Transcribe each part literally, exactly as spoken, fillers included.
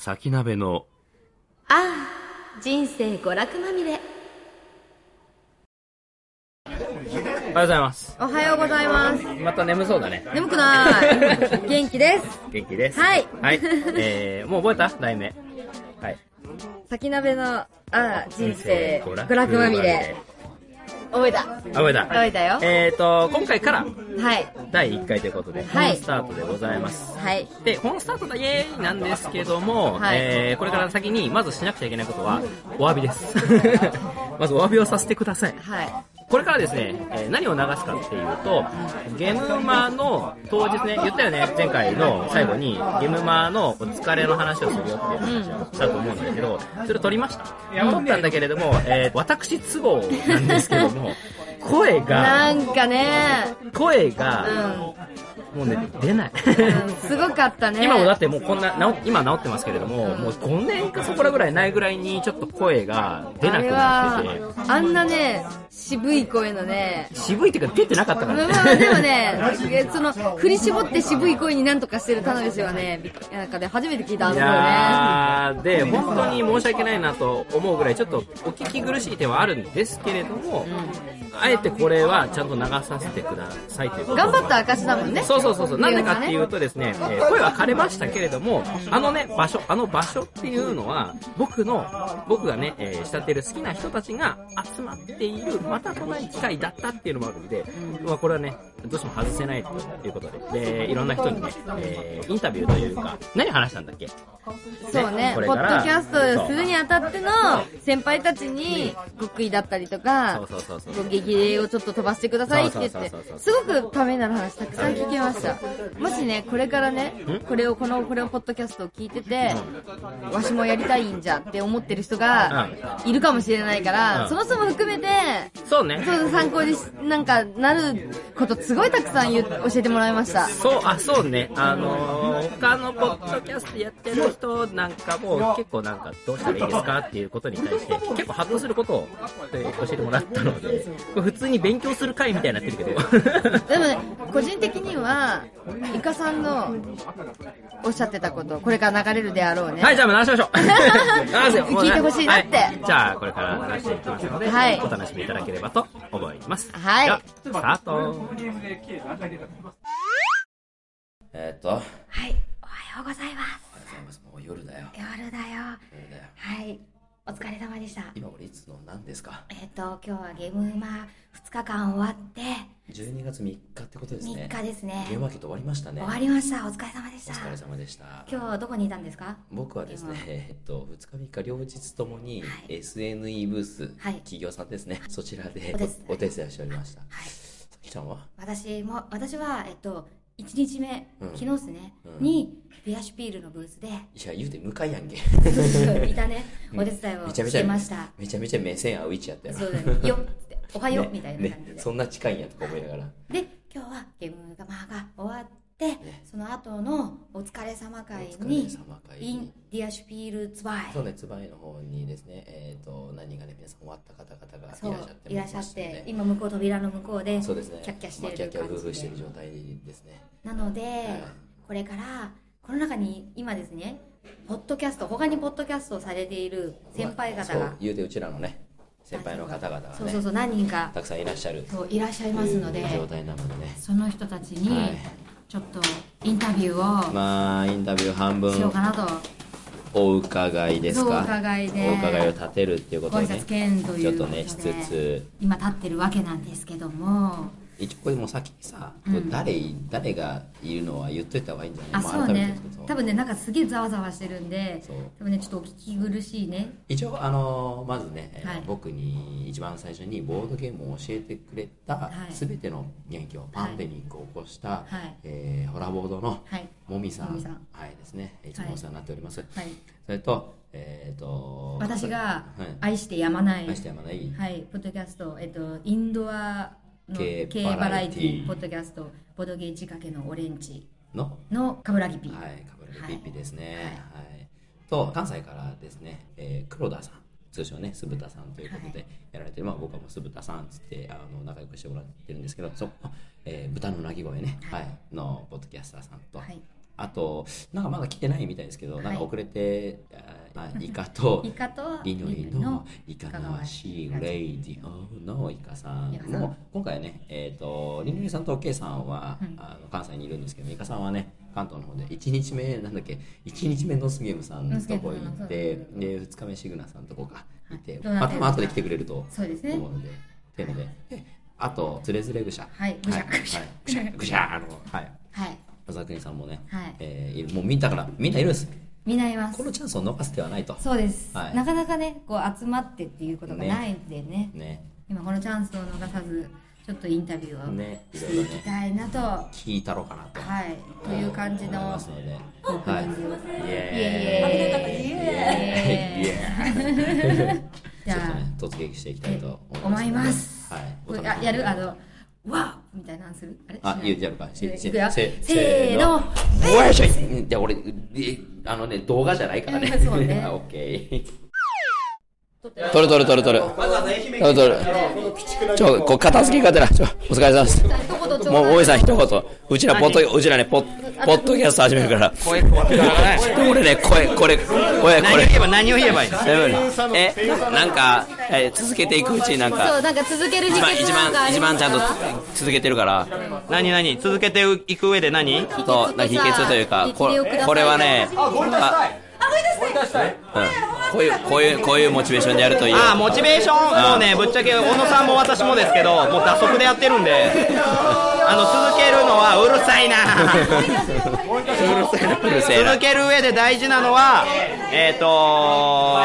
先鍋のああ人生娯楽まみれ。 おはようございます。 おはようございます。 また眠そうだね。 眠くない元気です。 元気です。 はい、 はい、えー、もう覚えた題名。はい、 先鍋のああ人生娯楽まみれ。覚えた覚えた覚えたよ。 えーと今回からはいだいいっかいということで、 はい、 本スタートでございます。 はい。 で本スタートだイエーイなんですけども、はい、えー、これから先にまずしなくちゃいけないことはお詫びですまずお詫びをさせてください。 はい。 これからですね、えー、何を流すかっていうと、ゲムマの当日ね、言ったよね、前回の最後にゲムマのお疲れの話をするよっていう話をしたと思うんだけど、それを撮りました。撮ったんだけれども、えー、私都合なんですけども、声がなんかね、 声が、うん、もうね出ない、 うん、すごかったね。 今もだってもうこんな治今治ってますけれども、もうごねんかそこらぐらいないぐらいにちょっと声が出なくなってて、 あ, あんなね渋い声のね、 渋いっていうか出てなかったからね、 まあ、でもねその振り絞って渋い声になんとかしてる田辺氏はね、なんかね初めて聞いたんですよね。いやーで本当に申し訳ないなと思うぐらいちょっとお聞き苦しい点はあるんですけれども、うん、あえてこれはちゃんと流させてくださいということ。 頑張った証だもんね。 そうそうそうそう。なんでかっていうとですね、えー、声は枯れましたけれども、あのね場所あの場所っていうのは僕の僕がね、えー、慕っている好きな人たちが集まっているまたとない機会だったっていうのもあるんで、うん、まあこれはねどうしても外せないということで、でいろんな人にね、えー、インタビューというか何話したんだっけ。 そうね、ポッドキャストするにあたっての先輩たちに極意だったりとか、そうそうそうそう、激励をちょっと飛ばしてくださいって言って、すごくためになる話たくさん聞きました。もしねこれからねこれをこのこれをポッドキャストを聞いてて、わしもやりたいんじゃって思ってる人がいるかもしれないから、その人も含めてそうね、 そう参考になんかなることすごいたくさん言教えてもらいました。 そうあそうね、あのー、他のポッドキャストやってる人なんかも結構なんかどうしたらいいですかっていうことに対して結構ハッとすることを教えてもらったので、これ普通に勉強する会みたいになってるけどでもね個人的にはイカさんのおっしゃってたことこれから流れるであろうね。 はい、じゃあ流しましょう聞いてほしいなって、 はい、じゃあこれから流していきますので、はい、お楽しみいただければと思います。 はい、 スタート。えー、っとはい、 おはようございます。 おはようございます。もう夜だよ。 夜だよ。夜だよ。はい。お疲れ様でした。 今俺いつの何ですか。 えっ、ー、と今日はゲームマふつかかん終わってじゅうにがつみっかってことですね。 みっかですね。 ゲームマーケット終わりましたね。 終わりました。お疲れ様でした。 お疲れ様でした。 今日はどこにいたんですか。 僕はですね、えっとふつかみっか両日ともに エスエヌイー ブース、はい、企業さんですね、そちらでお手伝いしておりました。はい。さきちゃんは。私も私はえっといちにちめ、うん、昨日ですね、うん、にビアシュピールのブースで、いや言うて向かいやんけいたね、お手伝いをしてました。めちゃめちゃ目線合う位置やったよ。そうだね、よっっておはよう、ね、みたいな感じで、ね、そんな近いんやとか思いながらで今日はゲームがまあが終わって、ね、その後のお疲れ様会にインディアシュピールツバイ、そうね、ツバイの方にですね、えー、と何人かね皆さん終わった方々がいらっしゃって、ね、いらっしゃって今向こう扉の向こうでキャッキャしてる感じで、まあ、キャッキャ夫婦してる状態ですね。なので、はい、これからこの中に今ですねポッドキャスト他にポッドキャストをされている先輩方が、まあ、そう言うてうちらのね先輩の方々がね、そうそうそう何人かたくさんいらっしゃる、そういらっしゃいますので、状態なのでね、その人たちにちょっとインタビューを、まあインタビュー半分しようかなと。お伺いですか。お伺いでお伺いを立てるっていうことで、ね、ご挨拶兼というちょっとねしつつ今立ってるわけなんですけども、一応これも先にさ、うん、誰誰がいるのは言っといた方がいいんじゃない。あ、そうね、多分ねなんかすげえざわざわしてるんで、多分ねちょっとお聞き苦しいね。一応あのまずね、はい、僕に一番最初にボードゲームを教えてくれた全ての元気を、はい、パンデミックを起こした、はい、えー、ホラボードのもみさん、はい、はいですね、いつもお世話になっております。はい、それとえー、と私が愛してやまない、愛してやまない、はい、ポッドキャスト、えっとインドア系バラエティポッドキャストボドゲー仕掛けのオレンジののカブラギピー、はい、カブラギピーですね、はいはい、と関西からですね、えー、黒田さん、通称ね酢豚さんということでやられてる、はい、まあ、僕はもう酢豚さんっつってあの仲良くしてもらってるんですけど、そ、えー、豚の鳴き声ね、はいはい、のポッドキャスターさんと、はい、 あと、なんかまだ来てないみたいですけど、なんか遅れて、まあ、イカと、 イカと、 リノリのイカのシーレイディオのイカさんも、今回ね、えっと、リノリさんと K さんは、あの関西にいるんですけど、イカさんはね、関東の方でいちにちめなんだっけいちにちめのスゲームさんのとこ行ってでふつかめシグナさんのとこがいて、また後で来てくれると思うのでっていうので、あとつれづれぐしゃはいぐしゃぐしゃぐしゃぐしゃあのはい野沢国さんもねもうみんなからみんないるんですみんないます。 このチャンスを逃す手はないと。 そうです、なかなかねこう集まってっていうことがないんでね今このチャンスを逃さずちょっとインタビューをしていきたいなと、 聞いたろうかなと、 はい、という感じのオープニングを、 はい、イエーイイエーイじゃあ突撃していきたいと思います。はい、やるあのわーみたいなのするあれあ、いいよ、やるか。せーの。 わーしょい。じゃあ俺あのね動画じゃないからね。 そうね。 オッケー。撮る撮る撮る撮る撮る撮るちょこう片付け方だちょお疲れ様ですもう大井さん一言うちらポッドうちらねポッポッドキャスト始めるから声怖くならない俺ね声これ声これ何を言えばいいのえなんかえ続けていくうちになんかそうなんか続ける秘訣なんか一番一番ちゃんと続けてるから何何続けていく上で何そう秘訣というかこれはねこういうこういうこういうモチベーションでやるといいよ。 ああモチベーションもうねぶっちゃけ小野さんも私もですけどもう打足でやってるんであの続けるのはうるさいなうるさいな続ける上で大事なのはえっと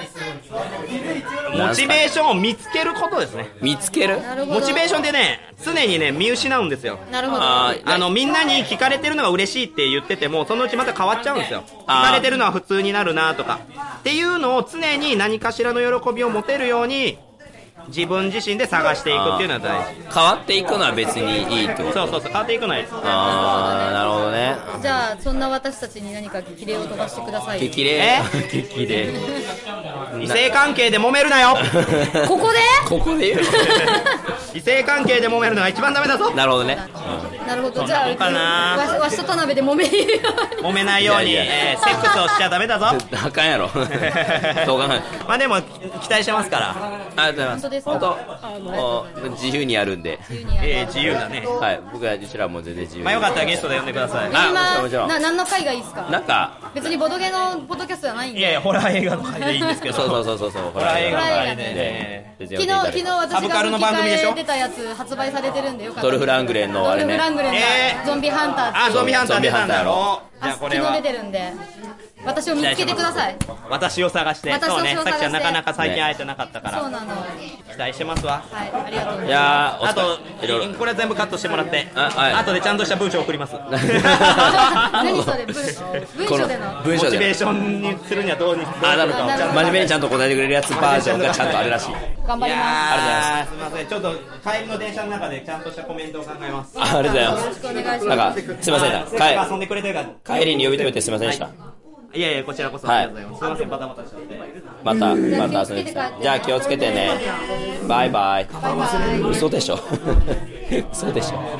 モチベーションを見つけることですね。 見つけるモチベーションってね常にね見失うんですよ。 なるほど。 あのみんなに聞かれてるのが嬉しいって言っててもそのうちまた変わっちゃうんですよ。聞かれてるのは普通になるなとかっていうのを常に何かしらの喜びを持てるように自分自身で探していくっていうのは大事。 変わっていくのは別にいいってこと。 そうそうそう変わっていくのはいいです。 ああなるほどね。 じゃあそんな私たちに何か激励を飛ばしてください。 激励激励異性関係で揉めるなよここでここで言う異性関係で揉めるのが一番ダメだぞ。 なるほどね。 なるほど。じゃあかなわわしと田辺で揉めるように揉めないようにえー、セックスをしちゃダメだぞあかんやろそうかないまあでも期待してますからありがとうございます。本当自由にやるんでえー、自由だね。 はい僕はうちらも全然自由にまあよかったらゲストで呼んでください。 あもちろんな何の回がいいですか。 なんか別にボドゲのポッドキャストじゃないんで。 いやいやホラー映画の回でいいんですけどそうそうそうそうそうホラー映画の回でね昨日昨日私が吹き替え出たやつ発売されてるんでよかった。 ドルフラングレンのあれね。 ドルフラングレンのゾンビハンター。 あゾンビハンター出たんだろう。 じゃあこれは昨日出てるんで私を見つけてください。 私を探して。そうねさっきちゃんなかなか最近会えてなかったからそうなの期待してますわ。 はいありがとうございます。 いやあとこれは全部カットしてもらってあとでちゃんとした文章を送ります何それ文章でのモチベーションにするにはどうにあなるほど真面目にちゃんと答えてくれるやつバージョンがちゃんとあるらしい。 頑張ります。 ありがとうございます。すみませんちょっと帰りの電車の中でちゃんとしたコメントを考えます。 ありがとうございます。 よろしくお願いします。 なんかすみません遊んでくれてるから帰りに呼び止めてすみませんでした。 いやいやこちらこそありがとうございます。すみませんバタバタしちゃってまたまた遊んでください。じゃあ気をつけてね。バイバイ。嘘でしょ嘘でしょ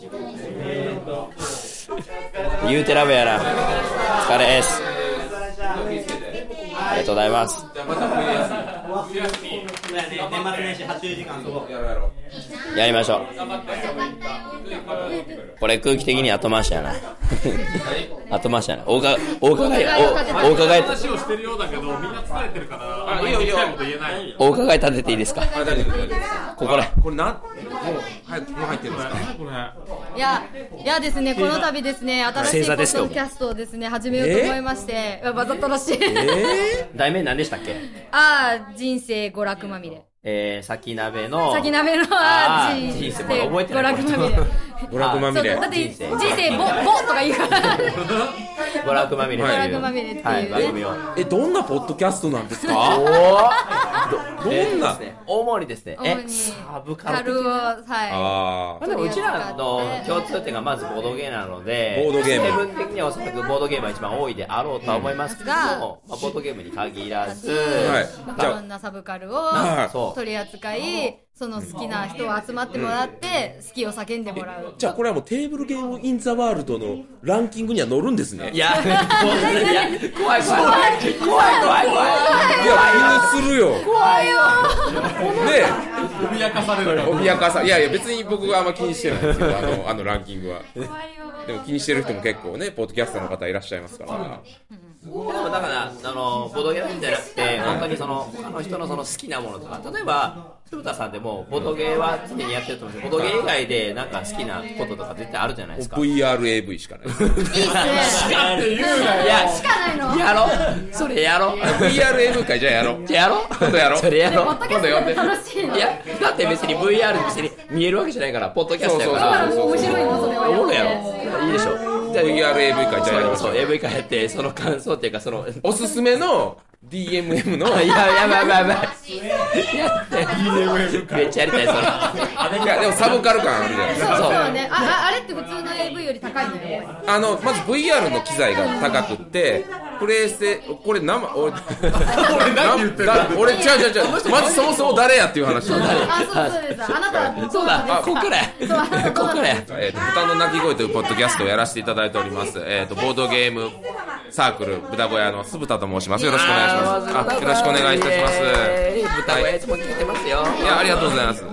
言うてラブやな。お疲れです。ありがとうございます。 年末年始はちじゅうじかんやりましょう。これ空気的に後回しやな後回しやな。お伺いお伺いお伺い話をしてるようだけどみんな疲れてるからあんまり言いたいこと言えない。 お伺い立てていいですか。ここねこれなんもう入ってるんですかこれ。 いやいやですねこの度ですね新しいポッドキャストをですね始めようと思いましてわざとらしい題名何でしたっけ。 ああ人生娯楽まみれ。 えー、先鍋の先鍋のあー人生娯楽まみれ娯楽まみれだって人生ボボとか言うから娯楽まみれ娯楽まみれっていうね、はい、番組をえどんなポッドキャストなんですかおど, どんな、 えー、大盛りですね。 えサブカルカルをはいああでもうちらの共通点がまずボードゲーなのでボードゲーム成分的にはおそらくボードゲームが一番多いであろうとは思いますけど、うんまあ、ボードゲームに限らず、 はい、いろんなサブカルをそう取り扱いその好きな人を集まってもらって、好きを叫んでもらう。 じゃあこれはもうテーブルゲームインザワールドのランキングには乗るんですね。 いや、いや怖い怖い怖い怖い怖い。いや、気にするよ。 怖いよ。 ねえ、脅かされるよ。 脅かさ、いやいや別に僕はあんま気にしてないんですけど、あのあのランキングは。 怖いよ。 でも気にしてる人も結構ね、ポッドキャスターの方いらっしゃいますから。 でもだからあのボドゲームじゃなくて本当にその他の人のその好きなものとか、例えば鶴田さんでもボドゲーは常にやってると思うんですけど、ボドゲー以外でなんか好きなこととか絶対あるじゃないですか。 ブイアールエーブイ しかない。 いいっすね。 しかって言うなよ。いや、 しかないの。 やろそれやろブイアールエーブイ 会じゃあやろう。 じゃあやろ今度やろう。 それやろポッドキャストで楽しいの。 いやだって別に ブイアール 別に見えるわけじゃないから、ポッドキャストやからそうそうそうそう面白いのそれは。 おもろいやろ。いいでしょ。 ブイアールエーブイ 会じゃあやりましょう。 そう エーブイ 会やってその感想っていうかそのおすすめの ディーエムエム のいややばいやばいやばいやって ディーエムエム めっちゃやりたいそれ。 いやでもサブカル感あるじゃないですか。 そうそうね。ああれって普通の エーブイ より高いのよ。 あのまず ブイアール の機材が高くってプレイステこれ生俺何言ってるの俺違う違う違うまずそもそも誰やっていう話。 あそうそうです。あなたそうだこっからやこっからや。 えーと豚の鳴き声というポッドキャストをやらせていただいております。えーとボードゲームサークル豚小屋の酢豚と申します。よろしくお願いします。あよろしくお願いいたします。 豚小屋いつも聞いてますよ。 いやありがとうございます。で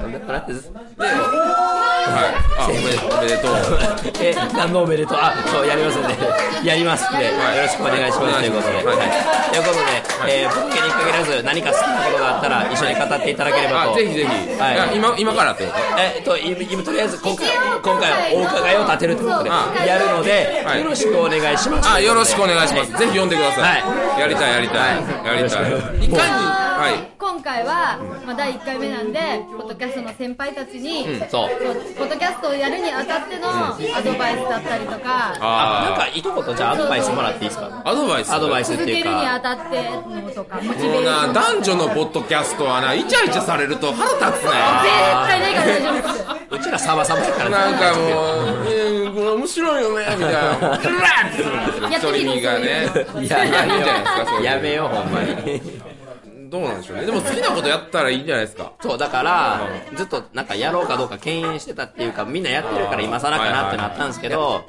はいあおめでおめでとう。 え何のおめでとう。あそうやりますんでやりますんでよろしくお願いしますということで、はいということで、えー、ボドゲに限らず何か好きなことがあったら一緒に語っていただければと。 あぜひぜひ、はい、いや今今からってことえっと今とりあえず今回今回お伺いを立てるということでやるので、はい、よろしくお願いします。 あよろしくお願いします。ぜひ読んでください。はい、やりたいやりたい、はい、やりたい。いかに、はい、 今回は、まあ、だいいっかいめなんでポッドキャストの先輩たちに、 うん、そうポッドキャストをやるにあたってのアドバイスだったりとか、 あなんか一言じゃあアドバイスもらっていいですか。 アドバイスアドバイスっていうか続けるにあたってのとかモチベーションもうな男女のポッドキャストはなイチャイチャされると腹立つね。 絶対ないから大丈夫です。 うちらサバサバやからなんかもう、えー、これ面白いよねみたいなうわーってするんですよね。一人身がねいやいやいいんじゃないですか。 そういうやめようほんまにどうなんでしょうね。でも好きなことやったらいいんじゃないですか。 そうだからずっとなんかやろうかどうか敬遠してたっていうかみんなやってるから今更かなってなったんですけど、 はい、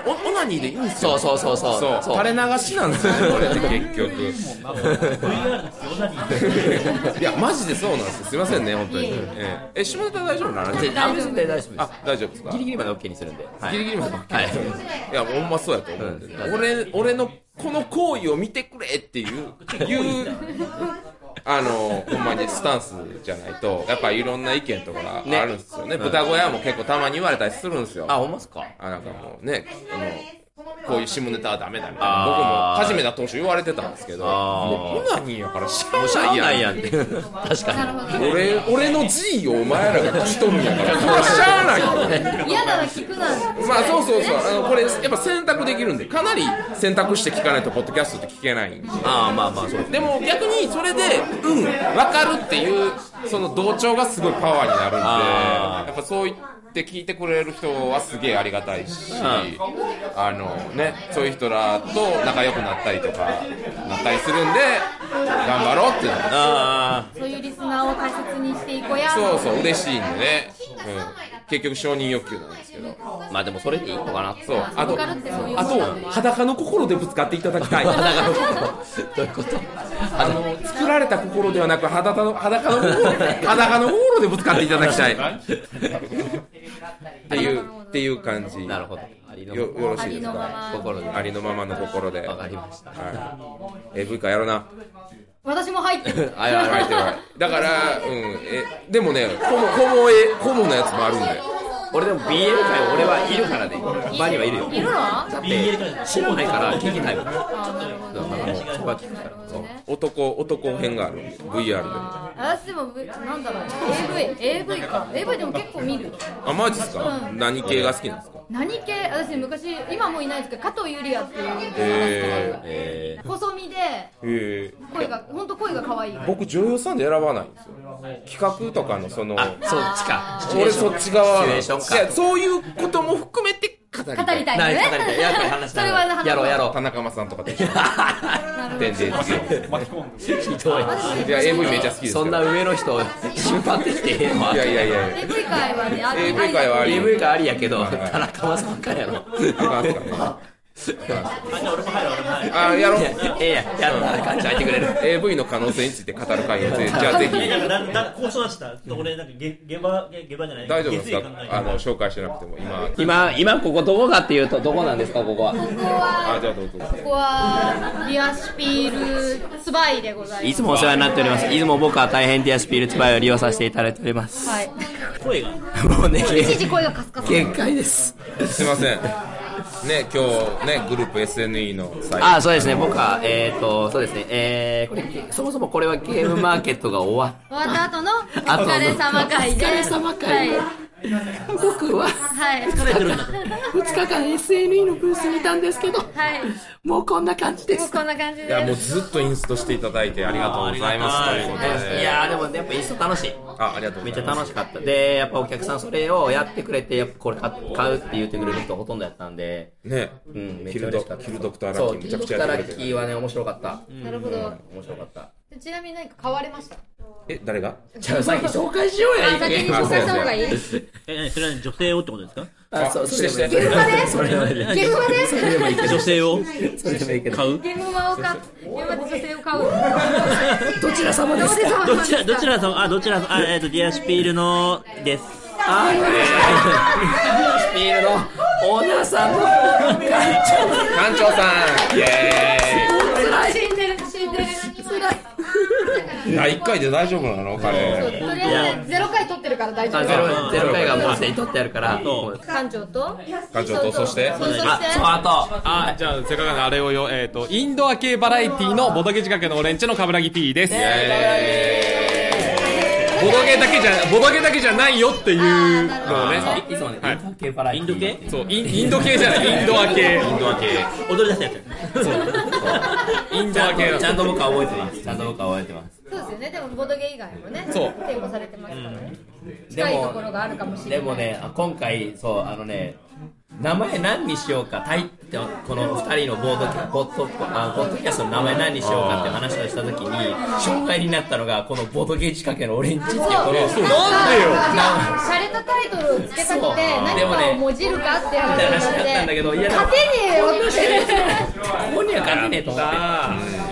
オ, オナニーでいいんですよ。 そうそうそうそうそう垂れ流しなんですよねこれって結局いやマジでそうなんですよ。すいませんね本当に。ええ下ネタ大丈夫なの？ 大丈夫です大丈夫です。 あ大丈夫ですか。 ギリギリまで OK にするんで、はい、 ギリギリまで OK、はい、いやほんまそうやと思うんで、ね、うん、俺俺のこの行為を見てくれっていういうあのほんまにスタンスじゃないとやっぱいろんな意見とかあるんですよね。豚小屋も結構たまに言われたりするんですよ。 あほんまっすか。 あなんかもうねあのこういう下ネタはダメだみたいな僕も初めて当初言われてたんですけどもうオナニーやからしゃあないやんって確かに俺俺の G をお前らが聞き取るんやからしゃあないよ嫌なら聞くな。 まあそうそうそうあのこれやっぱ選択できるんでかなり選択して聞かないとポッドキャストって聞けないんで。 ああまあまあそうでも逆にそれでうん分かるっていうその同調がすごいパワーになるんでやっぱそういって聞いてくれる人はすげえありがたいし、うん、あのねそういう人らと仲良くなったりとかなったりするんで頑張ろうってなる。 あそういうリスナーを大切にしていこうや。 そうそう嬉しいんでね、うん、結局承認欲求なんですけどまあでもそれでいいのかな。 そうあとあと裸の心でぶつかっていただきたい。 裸の心どういうこと。 あの作られた心ではなく裸の裸の心裸の心でぶつかっていただきたいっていうっていう感じ。 なるほど。 よ, よろしいですか。心でありのままの心で。 わかりました。 はい、エーブイ かやろな。 私も入ってる。 入ってる。だからうんえでもねホモホモエホモのやつもあるんで。 俺でも ビーエル 界俺はいるからね。場にはいるよ。 いるの？ だって知らないから聞きたいもん。だからもうそこは聞くから。 男男編があるんで ブイアール でも。 私でもなんだろう エーブイ エーブイ か エーブイ でも結構見る。 あマジですか、うん、何系が好きなんですか。 何系私昔今もういないですけど加藤ゆりやっていうえー、細身で、 えー、声が本当声が可愛い。 僕女優さんで選ばないんですよ。企画とかのそのあそっちか俺そっち側いやそういうことも含めて語りたいね。語りたい。 やっぱり話したい。やろうやろう。 田中間さんとかで。伝説よ。巻き込んで。 ひどい。いや、エーブイ めっちゃ好きですよ。 そんな上の人、引っ張ってきてええわ。 いやいやいや。 エーブイ 界はね、あり。 エーブイ 界はあり。 エーブイ 界ありやけど、田中間さんかやろ。 あ、じゃあ俺も入る俺も入る。 あ、やろう。 ええや、やろうな感じ入ってくれる。 エーブイ の可能性について語る会について、じゃあぜひ。 なんか交渉した。ちょっと俺なんか現場現場じゃない。 大丈夫ですか？あの紹介しなくても今。 今今ここどこかっていうとどこなんですかここは？ ここは。 あ、じゃあどうぞ。 ここはディアスピールツバイでございます。 いつもお世話になっております。いつも僕は大変ディアスピールツバイを利用させていただいております。 はい。 声が。 もうね。 一時声がカスカス。 限界です。 すいません。ね、今日ね、グループ エスエヌイー の最後。あ、そうですね、僕は、えーと、そうですね、えー、これ、そもそもこれはゲームマーケットが終わ終わった後の、お疲れ様会で。 お疲れ様会。はい、僕は、 はい、 疲れてるんだ。ふつかかん エスエヌイー のブースにいたんですけど、はい、もうこんな感じです。 もうこんな感じです。 いや、もうずっとインストしていただいてありがとうございますということで。 いやー、でもやっぱインスト楽しい。 あ、ありがとうございます。 めっちゃ楽しかった。で、やっぱお客さんそれをやってくれて、やっぱこれ買うって言ってくれる人ほとんどやったんで、 ね、 うん、めっちゃ嬉しかった。キルドクターラッキーめちゃくちゃやってくれてる。キルドクターラッキーはね、面白かった。 なるほど。 面白かった。 ちなみに何か買われました？ え、誰が？ じゃあ先紹介しようや。 先に紹介した方がいい？ え、それは女性をってことですか？ あ、そう、してして。 ゲームマで？ それでもいい。 ゲームマで？ それでもいいけど。 女性をそれでもいいけど。買う？ ゲームマを買う。ゲームマで女性を買う。 どちら様ですか？ どちら、どちら様、あ、どちら、あ、えっと、ディアスピールの、です。 あ、ディアスピールのオーナーさんの館長。館長さん。イエーイ。死んでる、死んでる。辛い。 だいいっかいで大丈夫なの彼？ とりあえずゼロかい取ってるから大丈夫。 ゼロかいがもうすでに取ってあるから。 館長と館長とそしてあ、そうあとあ、じゃあせっかくのあれをよ、えっとインドア系バラエティのボドゲ仕掛けのオレンジのカブラギ P です。ボドゲだけじゃボドゲだけじゃないよっていうのをね。 いつもね、インド系バラエティ。 インド系？ そう、インド系じゃない、インドア系。 インドア系。 踊り出すやつ。そう。 インドア系。 ちゃんと僕は覚えてます。ちゃんと僕は覚えてます。 そうですよね。でもボドゲ以外もね、 そう抵抗されてますからね。近いところがあるかもしれない。 でもね、今回そうあのね。名前何にしようか、タイってこのふたりのボードポッドあポッドキャストの名前何にしようかって話をしたときに障害になったのがこのボードゲー仕掛けのオレンジっていうこのなんでよシャレたタイトルをつけたくて何かをもじるかって話だったんだけど、いや勝てねえよってここには勝てねえと思って、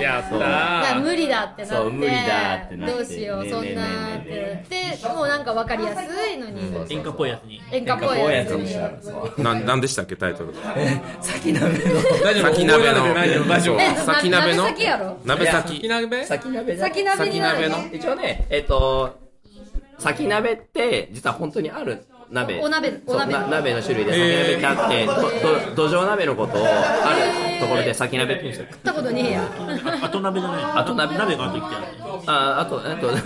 やったー無理だってなってそう無理だってなってどうしようそんなって言ってもうなんか分かりやすいのに演歌っぽいやつに演歌っぽいやつにななんでしたっけタイトル？ 先鍋の先鍋の先鍋の先やろ鍋先先鍋先鍋先鍋になるね一応ねえっと先鍋って実は本当にある鍋お鍋お鍋鍋の種類で先鍋ってあってど土壌鍋のことをあるところで先鍋って言うんですよ。 食ったことねえや後鍋じゃない後鍋鍋が後に来てるああとあと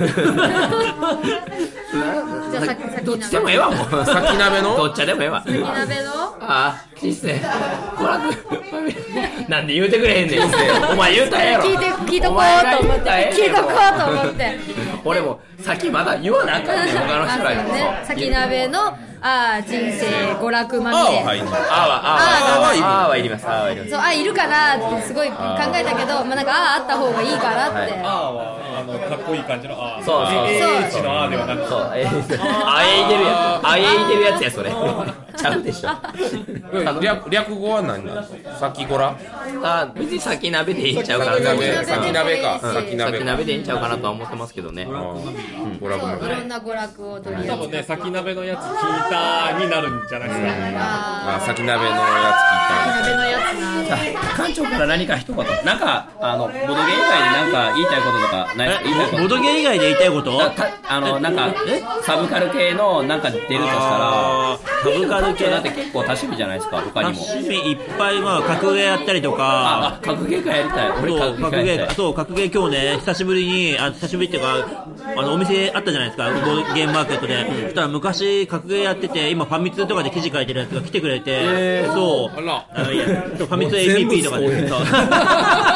じゃあ先どっちでもええわもう先鍋のどっちでもええわ先鍋のああきっせこらなんで言うてくれへんねんお前言うたやろ聞いて聞いとこうと思って聞いとこうと思って俺も先まだ言わなあかんねん他の人らにね先鍋のあー人生娯楽まみれあーはいあーはあーはあーはいりますあーはいりますそうあーいるかなってすごい考えたけどまあなんかあーあった方がいいかなってあーはあのかっこいい感じのあーそうそうエーエイチ のあーではなくそうあえいでるやつあえいでるやつやそれちゃうでしょ略略語は何なの？先ごら？ あ別に先鍋でいいんちゃうかな先鍋先鍋か先鍋でいいんちゃうかなとは思ってますけどね娯楽そういろんな娯楽を取り多分ね先鍋のやつ聞いたになるんじゃないですかあ先鍋のやつ聞いた鍋のやつな館長から何か一言なんかあのボドゲ以外で何か言いたいこととかない言いたいことボドゲ以外で言いたいことあのなんかサブカル系のなんか出るとしたらサブカル系だって結構多趣味じゃないですか他にも趣味いっぱいまあ格ゲーやったりとかあ格ゲーかやりたい俺そう格ゲーそう格ゲー今日ね久しぶりにあ久しぶりっていうかあのお店あったじゃないですかゲームマーケットで、うん、そしたら昔格ゲーやってて今ファミ通とかで記事書いてるやつが来てくれて、えー、そうあらあのいやファミ通 エーピーピー とかでそうい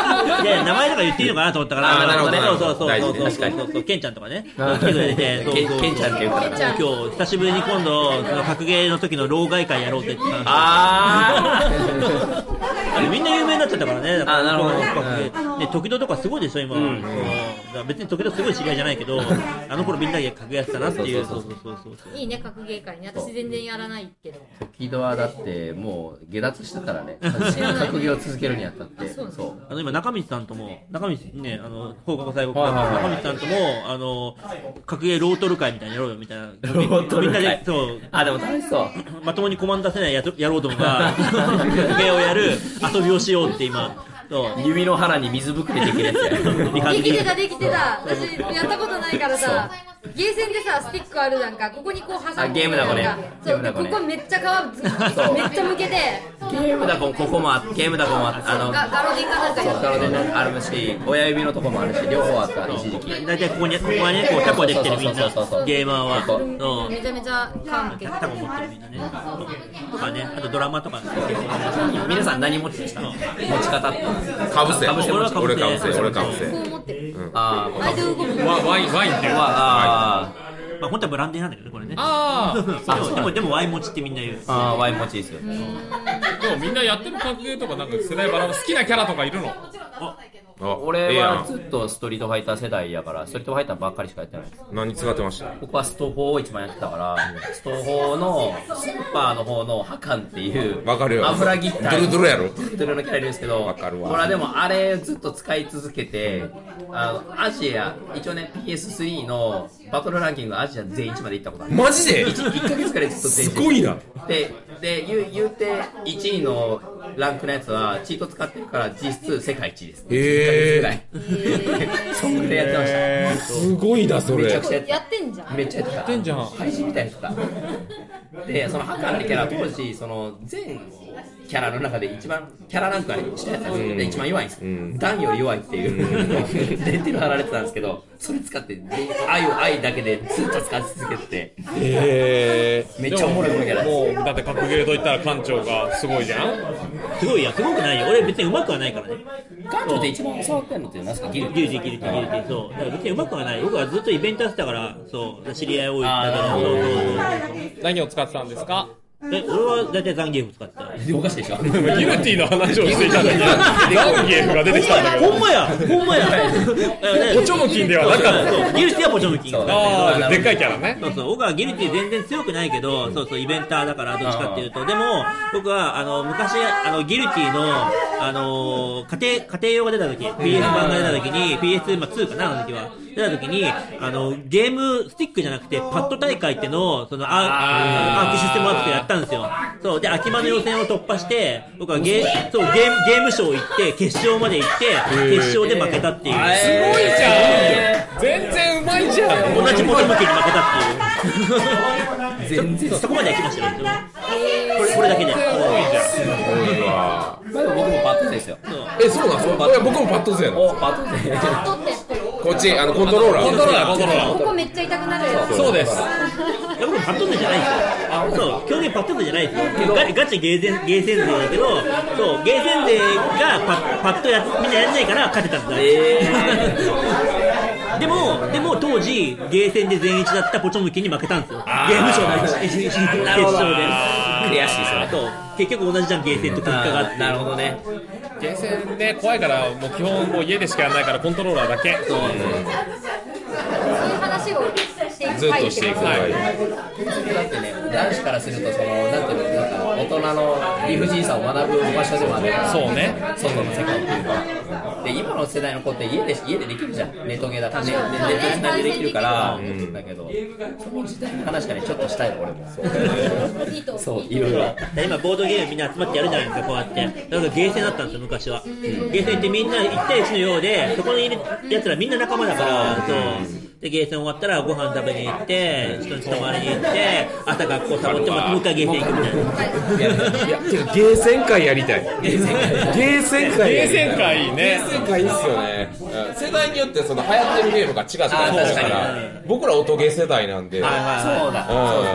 で、名前とか言っていいのかなと思ったから、 あ、なるほどね。 そうそうそうそうそうそうそう、ケンちゃんとかね、来てくれて、そうそうケンちゃんっていうから、 今日久しぶりに今度その格ゲーの時の老害会やろうって言ってたんですよ。 あーみんな有名になっちゃったからね。だからあ、なるほど。 で、時々とかすごいでしょ今。うん、別に時々すごい知り合いじゃないけど、あの頃みんなで格ゲーやってたなっていう。そうそうそうそう。 いいね格ゲー会ね。私全然やらないけど。 時々はだってもう下脱したからね。格ゲーを続けるにあたって。そう。 あの今中道さんとも中道ねあの放課後最後中道さんともあの格ゲーロートル会みたいにやろうよみたいな。ロートル会。みんなでそう。 あでも楽しそう。 まともにコマンド出せないややろうともが格ゲーをやる遊びをしようって今。 そう指の腹に水ぶくれできるやつや。 できてたできてた。私やったことないからさ。ゲーセンでさスティックあるじゃんか。ここにこう挟んで。 ゲームだこね。 そうでここめっちゃ皮めっちゃむけて。 ゲームだこここもあゲームだこもああのガロディンかなんかそうガロディンあるし親指のとこもあるし両方あった一時期。 大体ここにここはねこうタコできてるみんなゲーマーは。 そうめちゃめちゃ皮むけてタコ持ってるみんなね。とかねあとドラマとか。 皆さん何持ちでした？持ち方。 かぶせ。俺かぶせ。俺かぶせ。 こう持ってる。 ああ。 あれで動く。 ワインワインっていう。 ああ。 まあ本当はブランデーなんだけどこれね。 ああ。でもでもワイン持ちってみんな言う。 ああワイン持ちですよ。 でもみんなやってる格ゲーとかなんか世代バラの好きなキャラとかいるの？ 俺はずっとストリートファイター世代やからストリートファイターばっかりしかやってない。 何使ってました？ 僕はストフォーを一番やってたからストフォーのスーパーの方のハカンっていうわかるよ油ギタードルドルやろドルドルのキャラいるんですけどわかるわ。 俺はでもあれずっと使い続けてあのアジア一応ね ピーエススリー のバトルランキングアジア全いちまで行ったことある。 マジでいっ, いっかげつくらいずっと全いちすごいな。 でで言う言うていちいのランクのやつはチート使ってるから実質世界一です。 へーそんぐらいやってました。 えー、すごいなそれ。 めちゃくちゃやってんじゃん。 めっちゃやってた。 やってんじゃん。 配信みたいなやつだ。でそのハカンのキャラ当時その全キャラの中で一番キャラランクは下やったんですよ、うん、で一番弱いんです、うん、ダンより弱いっていう、うん、レンテル貼られてたんですけどそれ使って愛を愛だけでずっと使い続けててへーめっちゃおもろいキャラです。 もうだって格ゲーといったら館長がすごいじゃん。 すごいやすごくないよ俺別に上手くはないからね。 館長って一番触ってんのって何ですか？ギルティギルティギルティギルティそうだから別に上手くはない。僕はずっとイベントやってたからそう知り合い多いだけどそうそうそう何を使ってたんですか？ え、俺は大体ザンギエフ使ってた。 おかしいでしょギルティの話をしていたのにザンギエフが出てきたんだけどほんまやほんまやポチョムキンではなかった。 ギルティはポチョムキン。 ああでっかいキャラね。 そうそう僕はギルティ全然強くないけどそうそうイベンターだからどっちかっていうとでも僕はあの昔あのギルティのあの家庭家庭用が出た時 ピーエス 版が出た時に ピーエスツー かなあの時は出た時にあのゲームスティックじゃなくてパッド大会ってのをそのアークシステムアップでやったんですよ。そうで秋葉の予選を突破して僕はゲーそうゲームゲームショー行って決勝まで行って決勝で負けたっていう。すごいじゃん。全然うまいじゃん。 同じポトムキに負けたっていう。全然 そ, そこまでやきましたよ。これこれだけで。すごいじゃん。 すごいわ。 まあでも僕もパッドですよ。 えそうなんですか？僕もパッド勢の。 パッド勢。 パッドってこっちあのコントローラー。 コントローラーコントローラー。 ここめっちゃ痛くなるやつ。 そうです。 いや僕パッド勢じゃないですよ。あそう基本的にパッド勢じゃないですよ。ガガチゲーセンゲーセン勢だけどそうゲーセン勢がパパッドやみんなやんないから勝てたんだ。えー、でもでも当時ゲーセンで全一だったポチョムキに負けたんですよ。ゲームショーの決勝で。 悔しいですよ。 そう結局同じじゃんゲーセンと結果があって。 なるほどね。 ゲーセンね怖いからもう基本もう家でしかやらないからコントローラーだけ。そう。そういう話をしていくずっとしていく。はい。 だってね男子からするとそのなんていうのなんか大人の理不尽さを学ぶ場所でもあるから。 そうね。 外の世界っていうのは。で今の世代の子って家で家でできるじゃん。ネットゲーだからねネットつないでできるから。うん、だけどその時代の話がねちょっとしたいの俺も。そうそういろいろ。 今ボードゲームみんな集まってやるじゃないですかこうやって。だからゲーセンだったんですよ昔は。うん、ゲーセンってみんないち対いちのようでそこにいるやつらみんな仲間だからそう。でゲーセン終わったらご飯食べに行って人に泊まりに行って朝学校サボってまたもう一回ゲーセン行くみたいな。いやいやてかゲーセン会やりたい。ゲーセン会ゲーセン会ゲーセン会いいね。 ゲーセン会いいっすよね。世代によってその流行ってるゲームが違ったりするから僕ら音ゲー世代なんで。 そうだそうですね。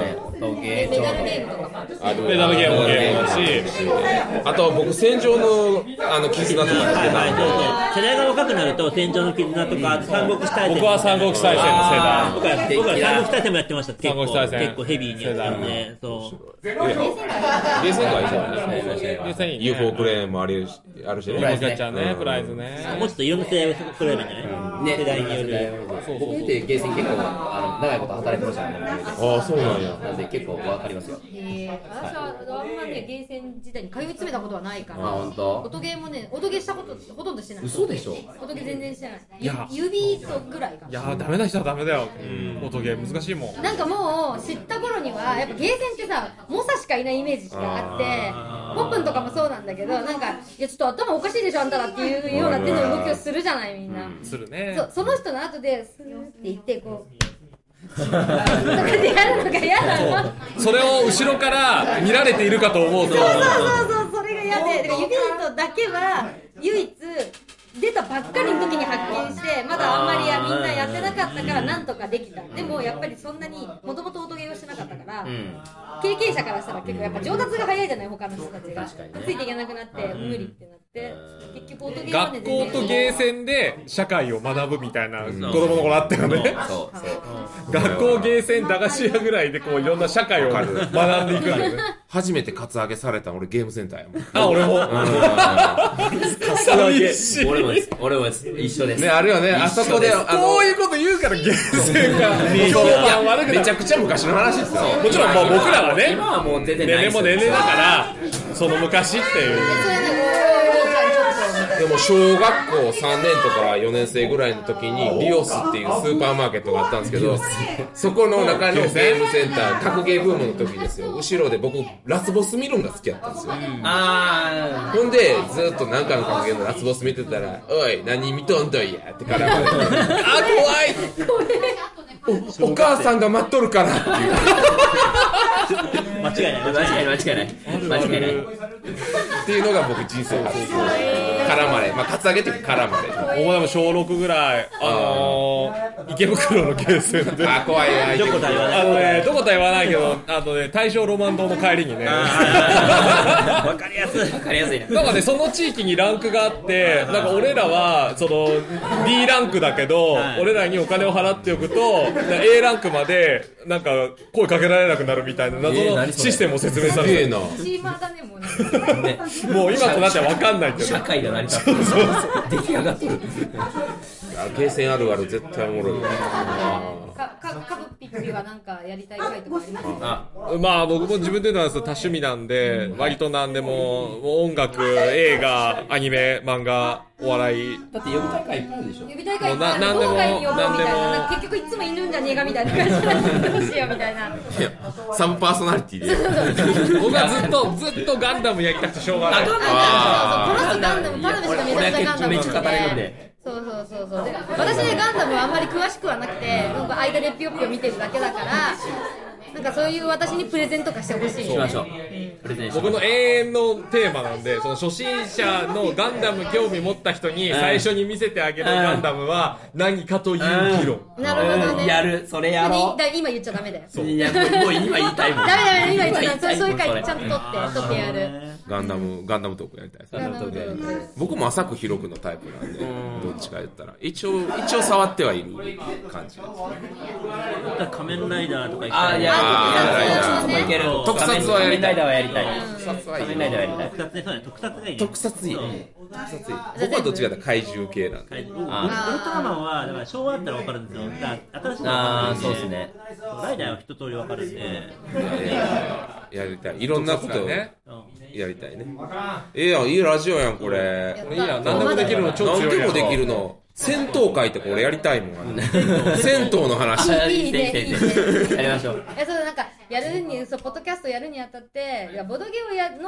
メダルゲームとかもあるし。 メダルゲームもゲームだし。 あと僕、戦場の、あの、絆とかやってた。 はい、そうそう。世代が若くなると、戦場の絆とか、三国志大戦。 僕は三国志大戦の世代。 僕は、僕は三国志大戦もやってました。 三国志大戦。 結構ヘビーにやったんで、そう。 ゲーセン会じゃん。ユーフォー クレーンもあるし、あるしね。 プライズね。プライズね。 もうちょっといろんな世代を揃えばいいんじゃない世代による。 僕ってゲーセン結構、あの、長いこと働いてましたね。 ああ、そうなんや。 なんで結構わかりますよ。 へえ、私はあんまね、ゲーセン時代に通い詰めたことはないから。 あ、本当。 音ゲーもね、音ゲーしたことほとんどしてない。 嘘でしょ。 音ゲー全然してない。 いや、 指とぐらいか。 いや、ダメな人はダメだよ。音ゲー難しいもん。 なんかもう知った頃にはやっぱゲーセンってさ、猛者しかいないイメージしかあって、ポップンとかもそうなんだけど、なんかいやちょっと頭おかしいでしょあんたらっていうような手の動きをするじゃないみんな。 するね。 そその人の後でスーって言ってこう。とかでやるのが嫌なの。 それを後ろから見られているかと思うと。 そうそうそうそう、それが嫌で、だから指とだけは唯一出たばっかりの時に発見して、まだあんまりやみんなやってなかったからなんとかできた。でもやっぱりそんなにもともと音ゲーをしてなかったから、うん、経験者からしたら結構やっぱ上達が早いじゃない他の人たちが、ね、ついていけなくなって無理ってなって、結局音ゲーはね、 学校とゲーセンで社会を学ぶみたいな子供の頃あったよね。 そうそうそう学校ゲーセン駄菓子屋ぐらいでこういろんな社会を学んでいくんだよね。 初めてカツアゲされた俺ゲームセンターやもん。 あ、俺も。カツアゲ。 俺もです。俺もです。一緒です。 ね、あるよね。あそこで、 こういうこと言うからゲーセンがめちゃくちゃ昔の話ですよ。 もちろんもう僕らはね、 今はもう全然ない年齢も年齢だから、その昔っていう。 でも小学校さんねんとかよねん生ぐらいの時にリオスっていうスーパーマーケットがあったんですけど、そこの中のゲームセンター、格ゲーブームの時ですよ。後ろで僕ラスボス見るのが好きやったんですよ。あほんでずっと何かの格ゲーのラスボス見てたら、おい何見とんといやってからあ怖いお, お母さんが待っとるからっていう間違いない間違いない間違いない間違いないっていうのが僕人生初です。絡まれ、まあカツアゲっていうか絡まれ。 お前でも小ろくぐらい、あのー、池袋のゲーセンで。 あ、怖いな。 どこだ言わない。 あのね、どこだ言わないけど、あのね、大正ロマン堂の帰りにね。 わかりやすい。 わかりやすいな。 なんかね、その地域にランクがあって、なんか俺らは、その、D ランクだけど、はい、俺らにお金を払っておくと、A ランクまで、なんか、声かけられなくなるみたいな、謎のシステムを説明されてる。 チーマーだね、もうね。 もう今となっては分かんないけど。 社会が成り立ってる。出来上がってる。 ゲーセンあるある絶対おもろい。 か、か、かぶぴっぴはなんかやりたい回とかありますか？ まあ僕も自分で言うのは多趣味なんで、うん、割となんでも、音楽、映画、アニメ、漫画、お笑い。 だって予備大会いっぱいあるでしょ？ 予備大会いっぱいある。どの回に呼ぼうみたいな。なんか結局いつもいるんじゃねえかみたいな感じでどうしようみたいな。いや、 サブパーソナリティで。 僕はずっと、ずっとガンダムやりたくてしょうがない。 あ、ガンダム。そうそう。この人ガンダム、ただめしかめちゃめちゃガンダム。 めっちゃ語れるんで。 そうそうそうそう。私ね、ガンダムはあんまり詳しくはなくて、なんか間でピヨピヨ見てるだけだから、なんかそういう私にプレゼント化してほしい。 しましょう。 僕の永遠のテーマなんで、その初心者のガンダム興味持った人に最初に見せてあげるガンダムは何かという議論。 なるほどね。 やる、それやろう。 今言っちゃダメだよ。 いや、もう今言いたいもん。 ダメダメ、今言っちゃダメ。そういう回ちゃんと取って、取ってやる。 ガンダム、ガンダムトークやりたいです。ガンダムトーク。僕も浅く広くのタイプなんで、どっちか言ったら。一応、一応触ってはいる感じです。 仮面ライダーとかあ、いや、いける。 特撮はやりたい。 仮面ライダーはやりたい。 仮面ライダーはやりたい。 特撮ね、そうね、特撮がいいね。 特撮いい。特撮いい。僕はどっちかというと怪獣系なんで。 ウルトラマンは、だから昭和だったら分かるんですよ。新しいのああ、そうですね。 ライダーは一通り分かるんで。 やりたい。いろんなことをやりたいね。ええやん、いいラジオやん、これ。 いいやん、何でもできるの超強いやん。 何でもできるの。戦闘会ってこれやりたいもん。銭湯の話。 いいね、いいね。 やりましょう。 え、そう、なんか、やるに、そう、ポッドキャストやるにあたって、いや、ボドゲをやの、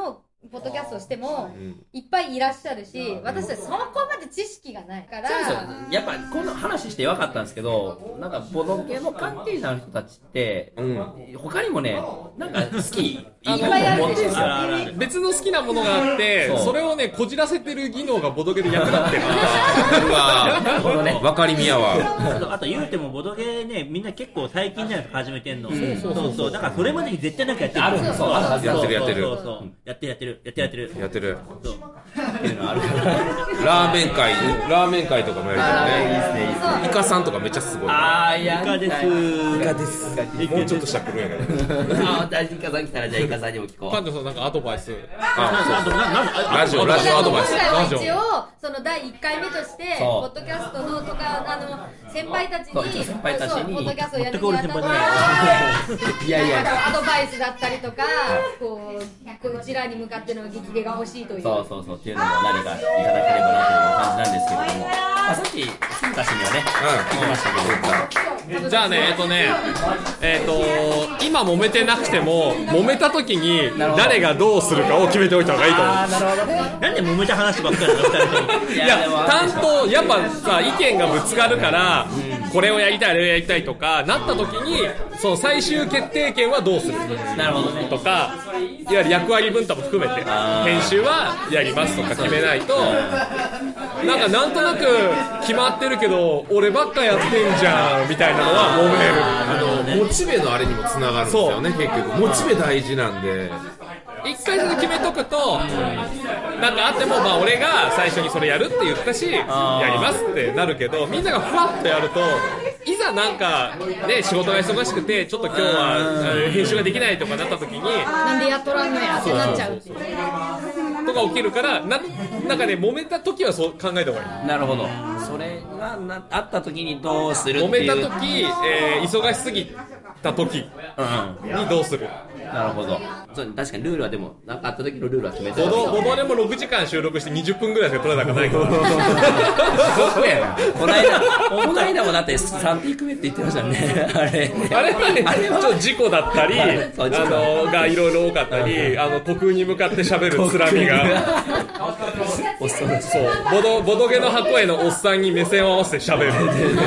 ポッドキャストをしても、うん、いっぱいいらっしゃるし、私たちそこまで知識がないから。 そうそうやっぱこの話して分かったんですけど、なんかボドゲの関係者の人たちって、うん、他にもね、なんか好きいいと思うんですよ。 別の好きなものがあって、そ, それをねこじらせてる技能がボドゲで役立ってる。 うわー、ね、分かりみやわ。 あと言うてもボドゲね、みんな結構最近じゃないですか始めてんの。そうそうそうそう。だからそれまでに絶対なんかやってる。あるんですよ。 やってるやってる。 そうそうそうやってるやってるやってるやってるやってる。 そうっていうのあるから。ラーメン会ラーメン会とかもやるからね。いいですねいいですね。イカさんとかめっちゃすごい。 ああイカです。 イカです。もうちょっとしたら来るんやから。 ああ大事イカさん来たらじゃあイカさんにも聞こう。 パンチョさんなんかアドバイス。 ああラジオラジオアドバイス。 ラジオ一応そのだいいっかいめとしてポッドキャストのとかあの先輩たちに先輩たちにポッドキャストをやるにあたっていやいやアドバイスだったりとかこううちらに向かっての激励が欲しいというそうそうそうっていうのも何かいただければなという感じなんですけれども、まあ、さっきキムタ氏にはね、うん、聞きましたけどじゃあねえっとねえっと今揉めてなくても揉めた時に誰がどうするかを決めておいた方がいいと思う。 あなるほどなんで揉めた話ばっかりなのふたりともいや担当やっぱさ意見がぶつかるから、うん、これをやりたいあれをやりたいとかなった時にその最終決定権はどうするなるほど、ね、 とかいわゆる役割分担も含めて編集はやりますとか決めないとなんかなんとなく決まってるけど俺ばっかやってんじゃんみたいなのは揉める。 あのモチベのあれにもつながるんですよね。結局モチベ大事なんで一回それ決めとくとなんかあってもまあ俺が最初にそれやるって言ったしやりますってなるけどみんながふわっとやるといざなんかね仕事が忙しくてちょっと今日は編集ができないとかなった時になんでやっとらんのやってなっちゃうっていうとか起きるからななんかね揉めた時はそう考えた方がいい。 なるほど。それがなあった時にどうするっていう揉めた時、えー、忙しすぎた時にどうする、 うん、なるほど。そう確かにルールはでもなんかあった時のルールは決めてる。 ボドボドでもろくじかん収録してにじゅっぷんぐらいしか撮れなくないから僕やなこの間この間もだってさんテイク目って言ってましたねあれあれはねあれはちょっと事故だったりあのがいろいろ多かったりあの虚空に向かって喋るつらみがそうボドボドゲの箱へのおっさんに目線を合わせて喋る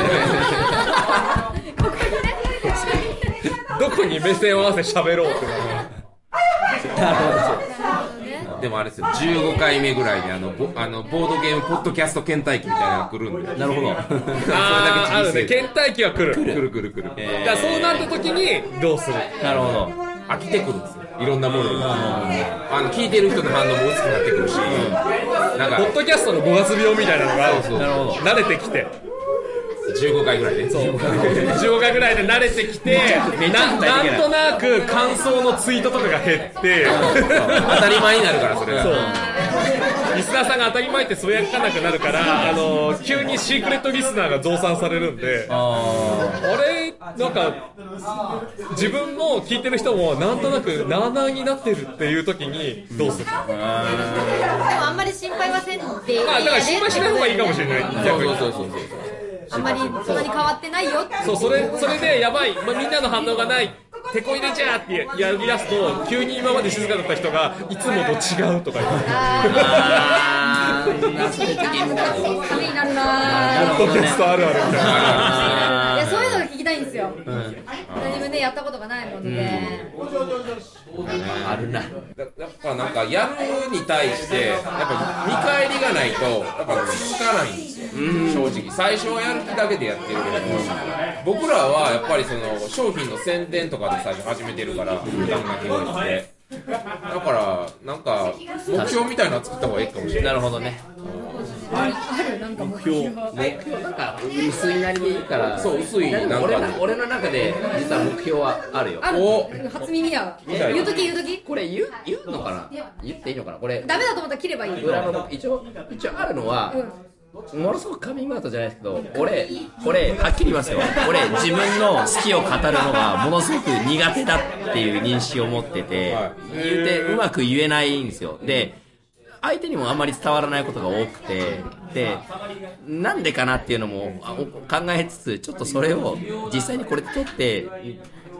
どこに目線を合わせて喋ろうってなるでもあれですよじゅうごかいめぐらいであの ボ, あのボードゲームポッドキャスト倦怠期みたいなのが来るんで。 なるほどああるね倦怠期は来る来る来る来る来る、 えー、だからそうなった時にどうする。 なるほど飽きてくるんですよいろんなものにあの聞いてる人の反応も薄くなってくるし、 うん、なんかポッドキャストのごがつ病みたいなのがそうそうなるほど慣れてきてじゅうごかいぐらいで、 そうじゅうごかいぐらいで慣れてきて な, なんとなく感想のツイートとかが減って当たり前になるからそれがそうリスナーさんが当たり前ってつぶやかなくなるからあの急にシークレットリスナーが増産されるんであれなんか自分も聞いてる人もなんとなくなあなあになってるっていう時にどうする。でもあんまり心配はせんでいい、 まあだから心配しない方がいいかもしれない。 そうそうそうそうあんまりそんなに変わってないよってそうそれそれでやばい、まあ、みんなの反応がない手こ入れじゃーってやり出すと急に今まで静かだった人がいつもと違うとか言ってあーそういう時ためになるなーポッドキャストあるあるみたいないやそういうのが聞きたいんですよ、うん、自分でやったことがないもんで、 うん、あるな。 やっぱなんかやるに対してやっぱ見返りがないとやっぱ続かないんですよ、うん、正直最初はやる気だけでやってるけど僕らはやっぱりその商品の宣伝とかで最初始めてるから普段掛け声してだからなんか目標みたいなの作った方がいいかもしれない。 なるほどね。 あるなんか目標目標なんか薄いなりでいいからそう薄いなんか俺, 俺の中で実は目標はあるよ。 ある初耳や言うとき言うときこれ言う言うのかな言っていいのかなこれダメだと思ったら切ればいい。 裏の一応一応あるのは、うん、ものすごくカミングアウトじゃないですけど俺俺はっきり言いますよ俺自分の好きを語るのがものすごく苦手だっていう認識を持ってて、はい、言うてうまく言えないんですよ。で相手にもあんまり伝わらないことが多くてでなんでかなっていうのも考えつつちょっとそれを実際にこれで撮って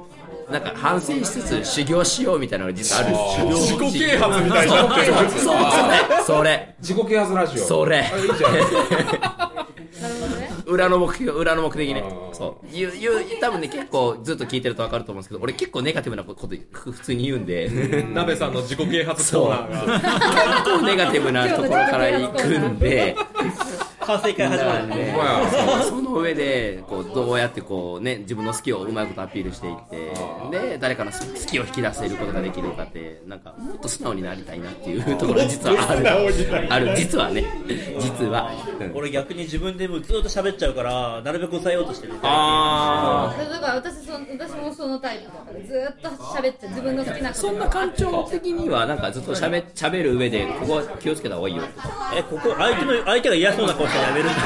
なんか反省しつつ修行しようみたいなのが実はあるんですよ。自己啓発みたいな。 そうそれ自己啓発ラジオ。 それいいじゃん。 裏の目標、裏の目的ね。そう。言う、言う、多分ね、結構ずっと聞いてると分かると思うんですけど、俺結構ネガティブなこと普通に言うんで。 鍋さんの自己啓発コーナーが。 結構ネガティブなところから行くんで。 反省会始まるんで。 その上で、こう、どうやってこうね、自分の好きをうまいことアピールしていって、で、誰かの好きを引き出せることができるかって、なんか、もっと素直になりたいなっていうところが実はある。ある、実はね。実は。 俺逆に自分でもずっと喋っちゃうから、なるべく抑えようとしてる。 ああ。だから私その私もそのタイプだからずっと喋って自分の好きなこと。 そんな感情的にはなんかずっと喋喋る上でここは気をつけた方がいいよ。 えここ相手の相手が嫌そうな顔したらやめる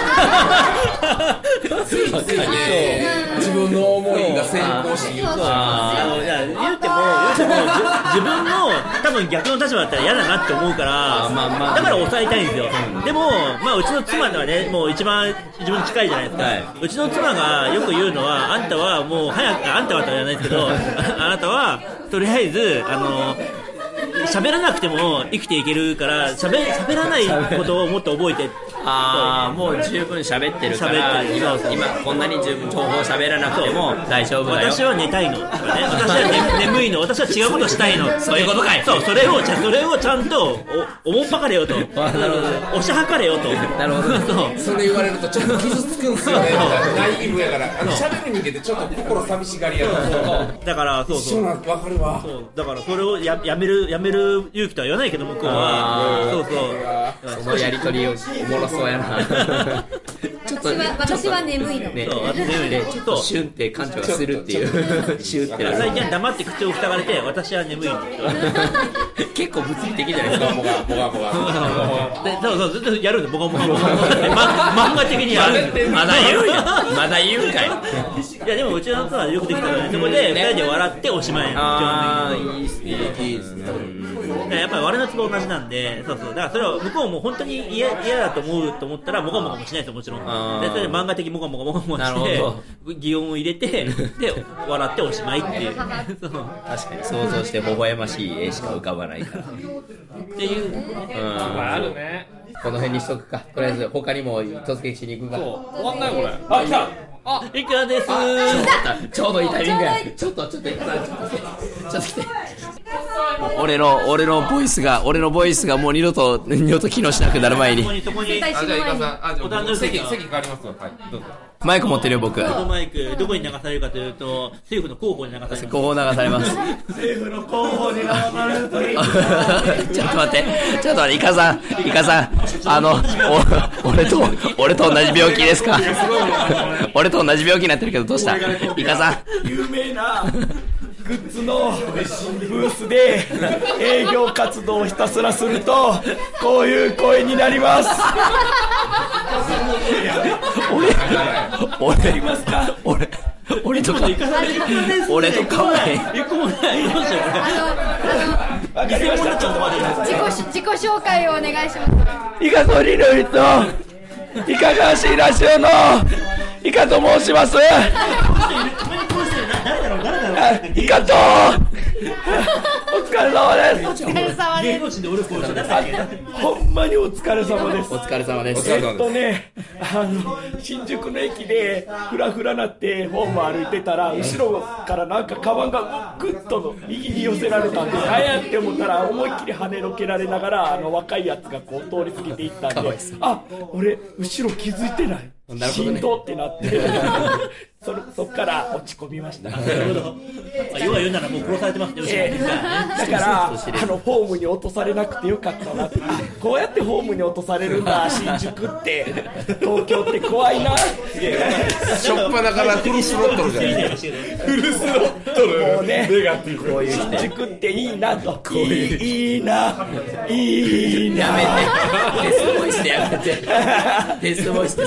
っていう。 自分の思いが先行して言うと。 あのいや言うても言うても自分の多分逆の立場だったら嫌だなって思うから、まあまあ、だから抑えたいんですよ。でもまあうちの妻はねもう一番自分に近いじゃないですか、はい、うちの妻がよく言うのはあんたはもう早くあんたはとは言わないですけどあなたはとりあえずあの喋らなくても生きていけるから喋喋らないことをもっと覚えてああもう十分喋ってるから今, 今こんなに十分情報喋らなくても大丈夫だよ。 私は寝たいの、ね、私は、ね、眠いの私は違うことしたいのそういうことかい。 そうそれをそれをちゃんとお思っぱかれよと押し量れよと。 なるほどそうそれ言われるとちょっと傷つくんすよねナイーブやからあの喋る人間ってちょっと心寂しがりやからだからそうそうわかるわ。 そうだからそれを や, やめるやめる勇気とは言わないけど向こうはそうそうそのやりとりをおもろそうやなちょっと私は眠いのね眠いでちょっとシュンって感情がするっていうシュンって最近は黙って口を塞がれて私は眠いの結構物理的じゃないですかボガボガボガそうそうずっとやるんでボガボガボガ漫画的にやるまだ言うやまだ言うんかい。 いやでもうちの妻はよくできたのでそこでふたりで笑っておしまい。 ああいいっすねいいっすね。 やっぱり我のツボ同じなんでそうそうだからそれは向こうも本当に嫌だと思うと思ったらモガモガもしないですよもちろん。でそれで漫画的モガモガモガモガして擬音を入れてで笑っておしまいっていうそう確かに想像して微笑ましい絵しか浮かばないからっていううんあるね。 この辺にしとくか。とりあえず他にも突撃しに行くか。 終わんないこれ。あ来た。 あいかがですー。ちょうどいいタイミングや。ちょっとちょっとちょっとちょっと来て。俺の俺のボイスが俺のボイスがもう二度と二度と機能しなくなる前に。 あじゃあイカさんあじゃあ席席変わりますよ。はいどうぞ。 マイク持ってるよ僕。 このマイクどこに流されるかというと政府の広報に流されます。 広報流されます。 政府の広報に流されるといい。 ちょっと待ってちょっと待ってイカさんイカさんあのお俺と俺と同じ病気ですか。俺と同じ病気になってるけどどうしたイカさん。 有名なグッズのブースで営業活動をひたすらするとこういう声になります。俺俺俺俺とか俺とかえこもないどうしようこれあのあの自己自己紹介をお願いします。 イカとリルイとイカがしラジオのイカと申します。イカとお疲れ様です。 お疲れ様です。 ほんまにお疲れ様です。 お疲れ様です。 えっとねあの新宿の駅でフラフラなってホーム歩いてたら後ろからなんかカバンがグッと右に寄せられたんで何やって思ったら思いっきり跳ねのけられながらあの若いやつがこう通り過ぎていったんであ俺後ろ気づいてないしんどってなってそ, そっから落ち込みました。なるほど。 要は言うならもう殺されてますね、 えー、だからあのホームに落とされなくてよかったなってこうやってホームに落とされるんだ新宿って東京って怖いな。 しょっぱなからフルスロットルじゃないフルスロットルもうねこういう新宿っていいなとこういういいないいなやめてデスボイスでやめてデスボイスでそれはや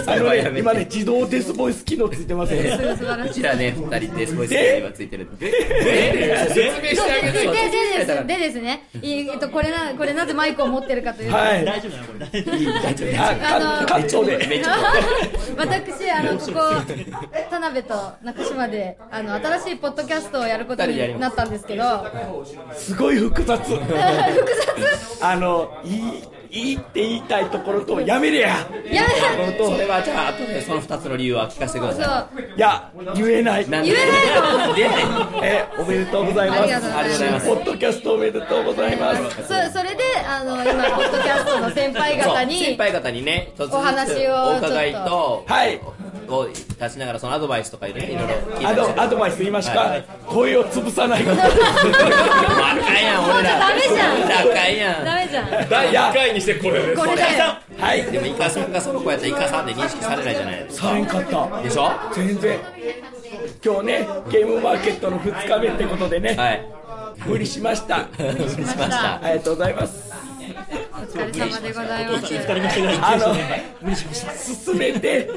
今ね、自動デスボイス機能ついてますよね。 うちらね、二人デスボイス機能がついてるんで。 説明してあげて。 で、でですね、えっと、これな、これなぜマイクを持ってるかというと、 はい。 大丈夫なのこれ。 大丈夫です。 あの、カットで。 めっちゃ私、あの、ここ、田辺と中島で、あの、新しいポッドキャストをやることになったんですけど、 すごい複雑。 複雑あの、いい、いいって言いたいところと、やめれややめれそれはじゃあ、後でその二つの理由は聞かせてくださそう。 いや、言えない。 言えないのい。で、 え、おめでとうございます。 ありがとうございますポッドキャストおめでとうございます。 そそれで、あの、今、ポッドキャストの先輩方に、 先輩方にね、 お話をお伺いと、 はい。 を出しながらそのアドバイスとかいろいろ聞いアドたりしてアドバイス言いましょうか、 はい声を潰さないことあかんやん俺らダメじゃんあかんやんダメじゃんだいいっかいにしてこれです。 これだよはいでもイカさんがその子やったらイカさんで認識されないじゃないですかされんかったでしょ全然今日ねゲームマーケットのふつかめってことでね、 はい。 無理しました無理しました。 ありがとうございますお疲れ様でございます疲れましたが、 あの無理しました。 進めて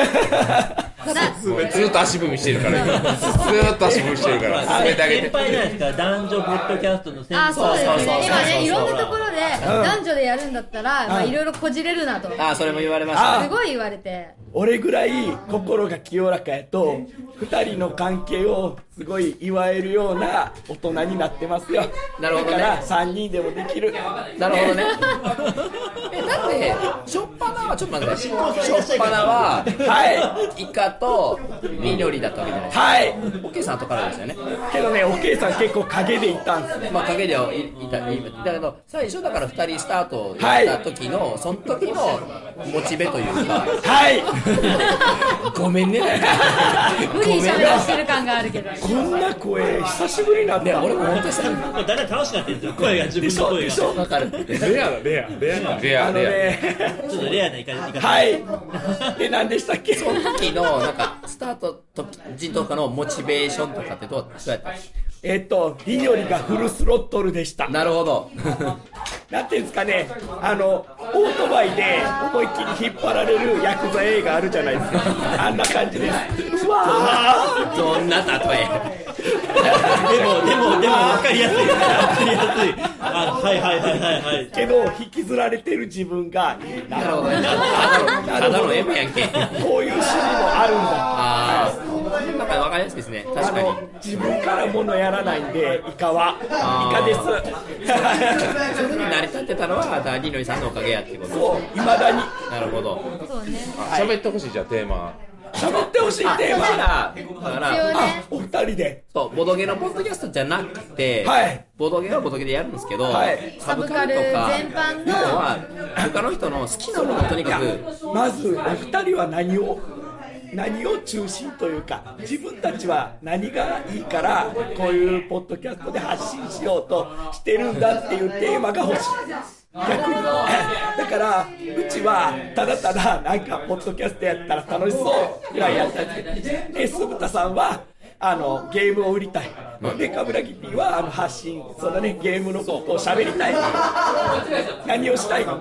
ずっと足踏みしてるから今ずっと足踏みしてるから進めてあげて先輩じゃないですか、男女ポッドキャストの先輩。 あ、そうですそうそうそうね今ねいろんなところで男女でやるんだったらまあいろいろこじれるなとあ、それも言われましたあすごい言われて俺ぐらい心が清らかやとふたりの関係をすごい祝えるような大人になってますよなるほどねだからさんにんでもできるなるほどねえ、だってしょっぱなはちょっと待ってしょっぱなははいイカとみのりだったわけじゃないですかはいオッケーさん後からですよねけどねおけいさん結構陰でいたんですねまあ陰ではいいたいだけど最初だからふたりスタートやった時の、はい、その時のモチベというかはいごめんね無理にしゃべらしてる感があるけどこんな声久しぶりになった、 ね、俺も本当にさもうだんだん楽しくなってるんですよ、声が、自分の声が。 わかるレアだレアレアだレアあのレねちょっとレアな言い方。言い方はいで何でしたっけその時のなんかスタート時とかのモチベーションとかってどうどうやったえっとりにょりがフルスロットルでしたなるほどなんていうんですかねあのオートバイで思いっきり引っ張られるヤクザ映画あるじゃないですかあんな感じですうわどんな例えでも、でも、でも、わかりやすい。わかりやすい。あ、はいはいはいはいはい。 けど引きずられてる自分がいいななるほどねただの M やんけこういう趣味もあるんだああなんか分かりやすいですね確かにあの自分から物やらないんでイカはイカですそれに成り立ってたのはダニノリさんのおかげやってことそういまだになるほどそうね喋ってほしいじゃあテーマ喋ってほしいテーマだから一応ねあお二人でそうボドゲのポッドキャストじゃなくて、 はいボドゲはボドゲでやるんですけど、 はいサブカルとか全般のは他の人の好きなものをとにかくまずお二人は何を何を中心というか自分たちは何がいいからこういうポッドキャストで発信しようとしてるんだっていうテーマが欲しい逆にだからうちはただただなんかポッドキャストやったら楽しそうぐらいやったんですけどえ酢豚さんはあのゲームを売りたいでカブラギティはあの発信そのねゲームのことを喋りたい何をしたいの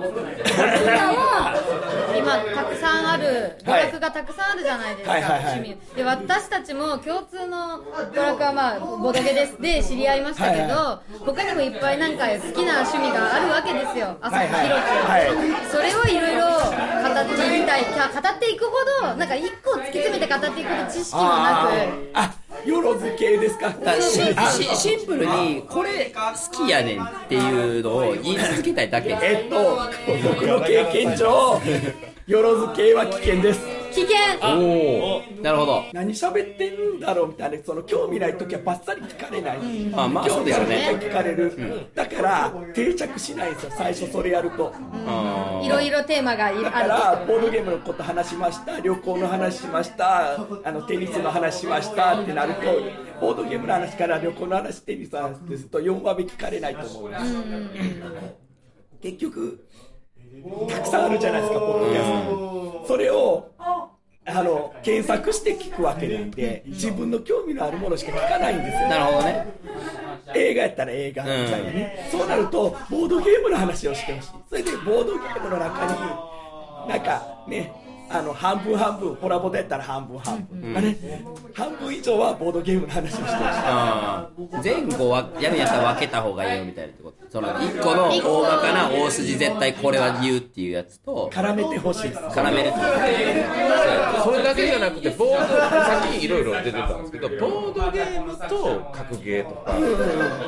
今たくさんある娯楽がたくさんあるじゃないですか、 はいはいはいはい趣味で私たちも共通の娯楽はまあボドゲですで知り合いましたけど、 はいは他にもいっぱいなんか好きな趣味があるわけですよ朝日広く、 はいはいそれをいろいろ語っていきたい語っていくほどなんか一個突き詰めて語っていくほど知識もなくあよろず系ですかだししシンプルにこれ好きやねんっていうのを言い続けたいだけえっと僕の経験上よろず系は危険です危険おなるほど何喋ってるんだろうみたいなその興味ない時はバッサリ聞かれない、うん、 あまあそうですよね興味ある時は聞かれる、うん、だから定着しないんですよ最初それやると、 うん、いろいろテーマがあるだからボードゲームのこと話しました旅行の話しましたあのテニスの話しましたってなるとボードゲームの話から旅行の話テニスの話ですとよんわめ聞かれないと思います、うん、結局たくさんあるじゃないですかポッドキャストそれをあの検索して聞くわけなんで自分の興味のあるものしか聞かないんですよなるほどね映画やったら映画みたいなね、うん、そうなるとボードゲームの話をしてほしいそれでボードゲームの中になんかねあの半分半分、ホラボでやったら半分半分、うん、あれ半分以上はボードゲームの話をしてました。 前後はやるんやったら分けた方がいいよみたいなってこと。そのいっこの大まかな大筋絶対これは言うっていうやつと絡めてほしいです。 絡めるってそれだけじゃなくてボードさっきいろいろ出てたんですけど、ボードゲームと格ゲーとか、うん、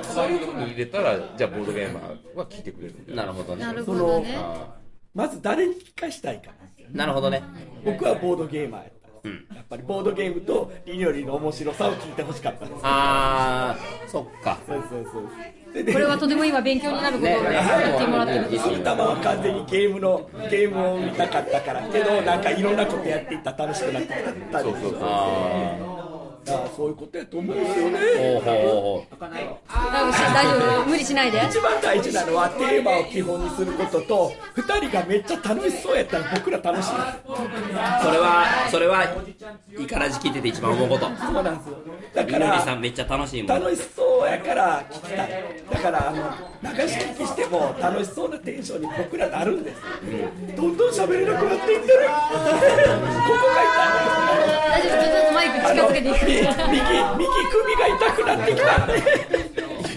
そういうのに入れたらじゃあボードゲーマーは聞いてくれる。 なるほどね。 なるほどね。 まず誰に聞かしたいかな。なるほどね。 僕はボードゲーマーやったんです、うん、やっぱりボードゲームとリニョリの面白さを聞いてほしかったんです。 あー、そっか。 そうそうそう。 これはとても今勉強になることを言ってもらってるんですけど、 玉は完全にゲームのゲームを見たかったからけど、なんかいろんなことやっていったら楽しくなってきたり。そうそうそう。あそういうことやと思うんですよね。 ほうほうほう。 大丈夫、無理しないで。 一番大事なのはテーマを基本にすることと、ふたりがめっちゃ楽しそうやったら僕ら楽しいです。 それはそれはイカラジ聞いてて一番思うこと。 そうなんですよ。だからみのりさんめっちゃ楽しいもん。 楽しそうやから聞きたい。だからあの流し聞きしても楽しそうなテンションに僕らなるんです。うん、どんどん喋れなくなっていってる。ここが痛い。 大丈夫、ちょっとマイク近づけていく。 右、右首が痛くなってきたんで。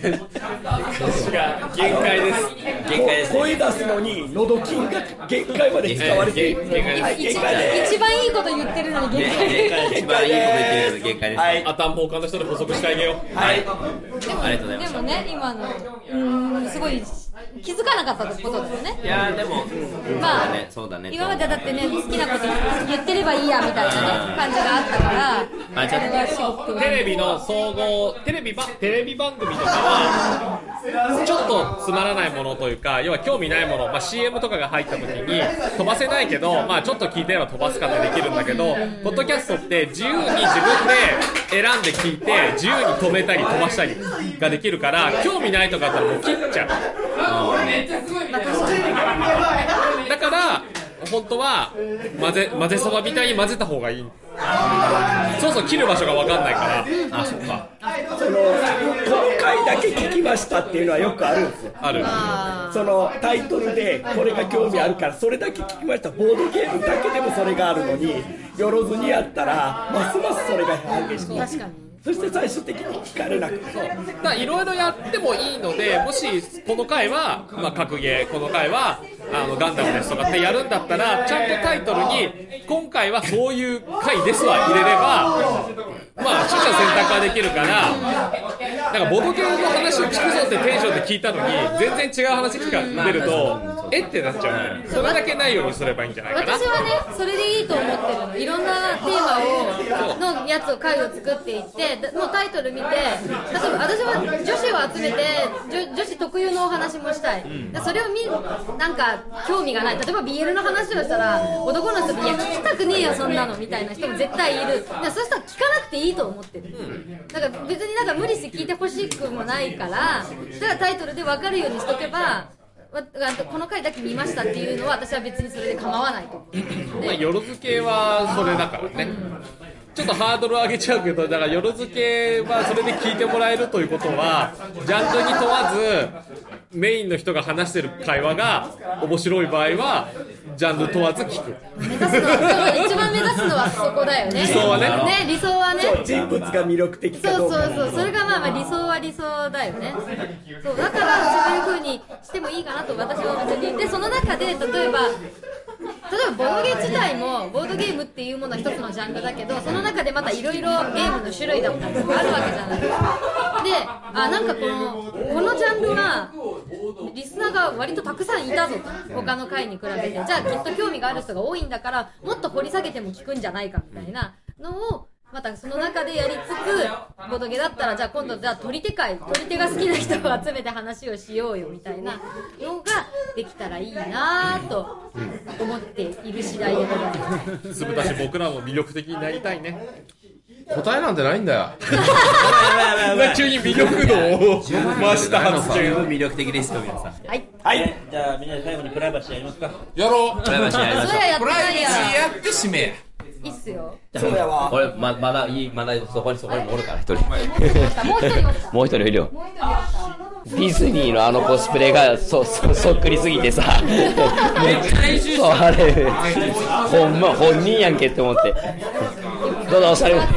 限界です。 限界です。 声出すのに喉筋が限界まで使われている。 一番いいこと言ってるのに限界。 一番いいこと言ってるのに限界です。 はい。頭他の人で補足してあげよう。 はい。 ありがとうございます。 でもね、今のうんすごい気づかなかったってことですよね。 いやでもまあそうだね。 今までだってね好きなこと言ってればいいやみたいなね感じがあったから。 あちょっとテレビの総合テレビばテレビ番組とかはちょっとつまらないものというか、要は興味ないもの、まあ、シーエム とかが入った時に飛ばせないけど、まあ、ちょっと聞いてれば飛ばすかってできるんだけど、ポッドキャストって自由に自分で選んで聞いて自由に止めたり飛ばしたりができるから、興味ないとかだったらもう切っちゃう。だから本当は混ぜ混ぜそばみたいに混ぜた方がいい。そうそう切る場所が分かんないから。 あ、そっか。 そのこの回だけ聞きましたっていうのはよくあるんですよ。 ある。 そのタイトルでこれが興味あるからそれだけ聞きました。ボードゲームだけでもそれがあるのによろずにやったらますますそれが激しくなる。確かに。そして最終的に聞かれなくて、そうだからいろいろやってもいいので、もしこの回は、まあ、格ゲー、この回はあのガンダムですとかってやるんだったら、ちゃんとタイトルに今回はそういう回ですは入れれば、まあ取捨選択はできるから、なんかボドゲーの話を聞くぞってテンションで聞いたのに全然違う話が出るとえってなっちゃう。それだけないようにすればいいんじゃないかな。 私はねそれでいいと思ってるの。いろんなテーマをのやつを回を作っていってもうタイトル見て、例えば私は女子を集めて 女, 女子特有のお話もしたい、うん、それを見なんか興味がない。例えば ビーエル の話をしたら男の人っていや聞きたくねえよそんなのみたいな人も絶対いる。だそうしたら聞かなくていいと思ってる、うん、だから別になんか無理して聞いてほしくもないから、だからタイトルで分かるようにしとけばこの回だけ見ましたっていうのは私は別にそれで構わないと思う。 まあ、よろず系はそれだからね、うん、ちょっとハードル上げちゃうけど、だからよろず系はそれで聞いてもらえるということはジャンルに問わずメインの人が話してる会話が面白い場合はジャンル問わず聞く。 目指すのは一番目指すのはそこだよね。 理想はね。 ね理想はね。 そう人物が魅力的かどうか。 そうそうそうそれがまあまあ理想は理想だよね。そうだからそういう風にしてもいいかなと私は別に。でその中で例えば。例えばボードゲーム自体もボードゲームっていうものは一つのジャンルだけど、その中でまたいろいろゲームの種類だったりとかあるわけじゃないですか。で、あなんかこのこのジャンルはリスナーが割とたくさんいたぞと他の回に比べて、じゃあきっと興味がある人が多いんだからもっと掘り下げても聞くんじゃないかみたいなのをまたその中でやりつつ、ボドゲだったらじゃあ今度じゃあ取り手会取り手が好きな人を集めて話をしようよみたいなのができたらいいなと思っている次第でございます。 つぶたし僕らも魅力的になりたいね。 答えなんてないんだよ。 急に魅力度を増した発言。 魅力的ですよ皆さん。 はい。 はい。じゃあみんなで最後にプライバシーやりますか。 やろう。 プライバシーやりましょう。 プライバシーやって締め。 いいっすよ。 そうやわ。 俺ままだいいまだそこにそこにもおるから一人。 もう一人いました。 もう一人いるよ。 もう一人いました。 ディズニーのあのコスプレがそそそっくりすぎてさめっちゃ練習したあれほんま本人やんけって思ってどうぞお座り、はい、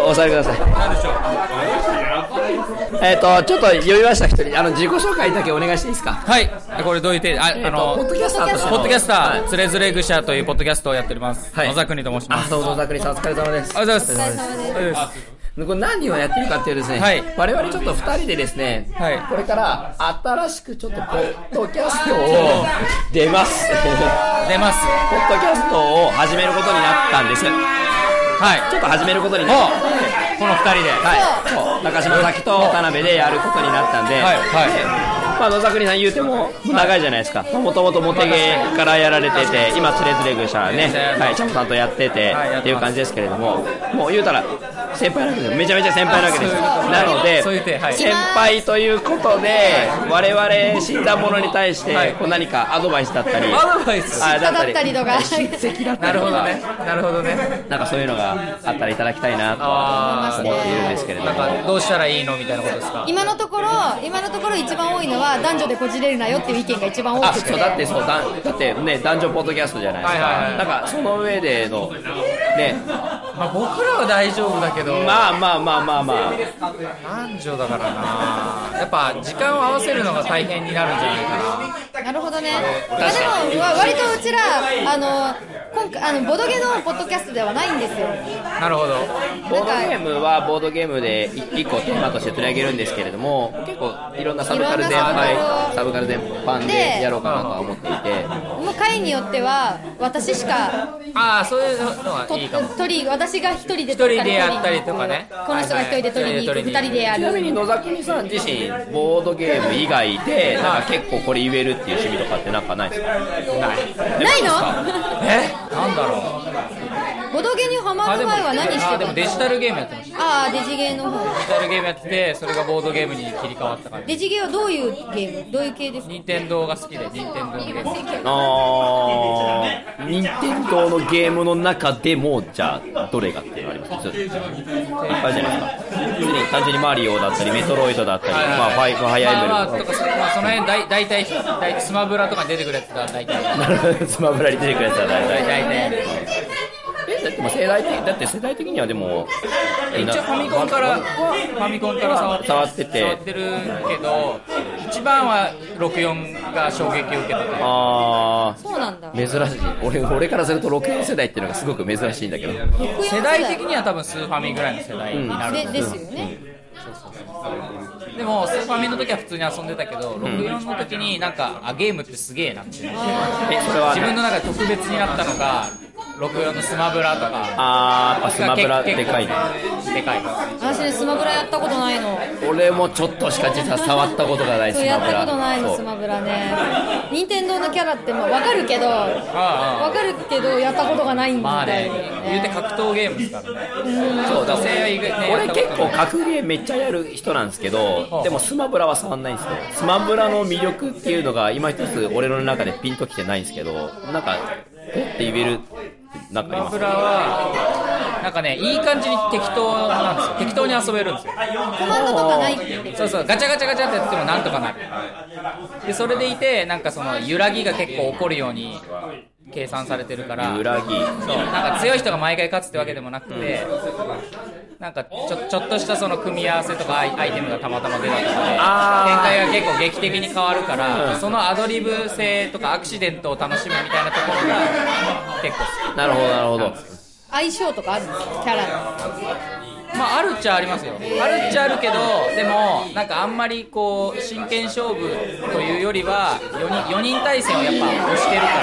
お座りください。何でしょう。えっ、ー、とちょっと読みました一人あの自己紹介だけお願いしていいですか。 はい。これどういう手あ、 えー、 あのポッドキャスターとしてポッドキャスターつれづれぐしゃというポッドキャストをやっております。はい、野沢国と申します。 あ、どうぞ野沢国さんお疲れ様です。 お疲れ様です。 お疲れ様です。 これ何をやってるかっていうですね、はい、我々ちょっとふたりでですね、はい、これから新しくちょっとポッドキャストを出ます出ますポッドキャストを始めることになったんです。はい、ちょっと始めることになったこのふたりで、 はい、中島咲と田辺でやることになったんで、はいはい、まあ、野沢国さん言うても長いじゃないですか。もともとモテゲーからやられてて今つれづれぐしゃね、はい、チャモさんとやっててっていう感じですけれども、もう言うたら先輩なわけですよ。めちゃめちゃ先輩なわけですよ。なので先輩ということで我々死んだ者に対してこう何かアドバイスだったりアドバイスだったりとか親戚だったりとか、 なるほどねなるほどね、 なんかそういうのがあったらいただきたいなと思っているんですけれども、 なんかどうしたらいいのみたいなことですか。 今のところ今のところ一番多いのは男女でこじれるなよっていう意見が一番多くて、 あ、そうだってそうだ、だってね男女ポッドキャストじゃないですか、はいはいはい、なんかその上でのね、 まあ、僕らは大丈夫だけど、 まあまあまあまあまあ男女だからな、やっぱ時間を合わせるのが大変になるんじゃないかな。 なるほどね。まあ、でも割とうちらあの今回あのボドゲのポッドキャストではないんですよ。 なるほど。 ボードゲームはボードゲームでいっこテーマとして取り上げるんですけれども、結構いろんなサブカル全般サブカル全般でやろうかなとは思っていて、 もう回によっては私しかああそういうのはいいかも。 取り私が一人で一人でやったりとかね。 この人が一人で取りに行く、二人でやる。 ちなみに野沢国さん自身ボードゲーム以外でなんか結構これ言えるっていう趣味とかってなんかないですか。ないないのえなんだろう。 ボドゲにハマる前は何してたの。 あでもデジタルゲームやってました。 ああデジゲーの方。 デジタルゲームやってて、それがボードゲームに切り替わった感じ。 デジゲーはどういうゲーム、どういう系ですか。 任天堂が好きで、任天堂のゲーム。 ああ任天堂のゲームの中でもじゃあどれがっていうのあります。いっぱいじゃないですか。単純にマリオだったりメトロイドだったり、はいはいはい、まあファイファイアイエムまあまあとか、まあ、その辺だい大体大体スマブラとかに出てくるやつだ大体。 なるほど、スマブラに出てくるやつだ大体。 大体。 えだっても世代的だって世代的にはでも一応ファミコンからファミコンから触って触ってて触ってるけど一番はろくじゅうよんが衝撃を受けたという。 ああそうなんだ。 珍しい。俺俺からするとろくじゅうよん世代っていうのがすごく珍しいんだけど、 世代的には多分スーファミぐらいの世代になる、うん、 でですよね、うんそうそうそう。でもスーファミの時は普通に遊んでたけど、うん、ろくじゅうよんの時になんかあゲームってすげえなってえそれは、ね、自分の中で特別になったのがろくじゅうよんのスマブラとか。 あースマブラでかいね。 でかい。 私ねスマブラやったことないの。 俺もちょっとしか実は触ったことがないスマブラ。 そうやったことないのスマブラね。任天堂のキャラっても分かるけど分かるけどやったことがないんだよね。まあね言うて格闘ゲームですからね。 うんそうだ、ね、俺結構格ゲーめっちゃやる人なんですけど、でもスマブラは触んないんですよ。スマブラの魅力っていうのが今一つ俺の中でピンときてないんですけど、なんかえって言えるなんかあります。 スマブラはなんかねいい感じに適当なんですよ。適当に遊べるんですよ。 コマンドとかないって。 そうそうガチャガチャガチャってやってもなんとかなる。でそれでいてなんかその揺らぎが結構起こるように計算されてるから。 揺らぎ。そうなんか強い人が毎回勝つってわけでもなくて、うん、なんかちょちょっとしたその組み合わせとかアイ、アイテムがたまたま出たとかで展開が結構劇的に変わるから、うん、そのアドリブ性とかアクシデントを楽しむみたいなところが結構好き。 なるほどなるほど。 相性とかあるんですかキャラの。 まああるっちゃありますよ。あるっちゃあるけどでもなんかあんまりこう真剣勝負というよりはよにん対戦をやっぱ推してるから。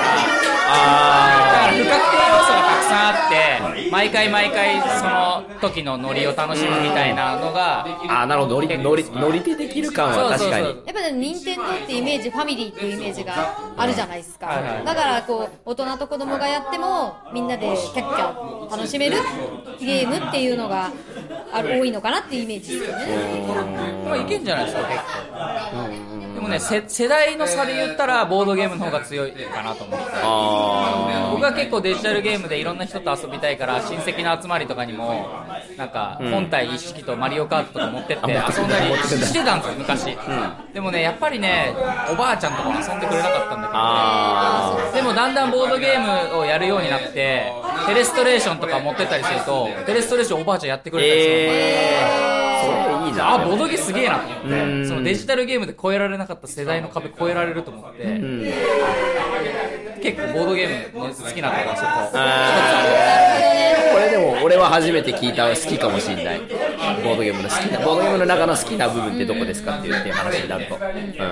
あだから不確定要素がたくさんあって毎回毎回その時のノリを楽しむみたいなのがあなるほどノリノリノリでできる感は確かに。 やっぱり任天堂ってイメージファミリーっていうイメージがあるじゃないですか、はいはい、だからこう大人と子供がやってもみんなでキャッキャ楽しめるゲームっていうのがある多いのかなっていうイメージですよね。 まあいけんじゃないですか結構。でもね世代の差で言ったらボードゲームの方が強いかなと思って。あ僕は結構デジタルゲームでいろんな人と遊びたいから親戚の集まりとかにもなんか本体一式とマリオカートとか持ってって遊んだりしてたんですよ昔、うん、でもねやっぱりねおばあちゃんとか遊んでくれなかったんだけど、あでもだんだんボードゲームをやるようになってテレストレーションとか持ってったりするとテレストレーションおばあちゃんやってくれたりする、えー、それいいじゃん。あボードゲーすげえなと思ってそのデジタルゲームで超えられなかった世代の壁超えられると思って、うん、結構ボードゲーム好きなところはそここれでも俺は初めて聞いた好きかもしれない。ボードゲームの好きなボードゲームの中の好きな部分ってどこですかっていう話になると、うん、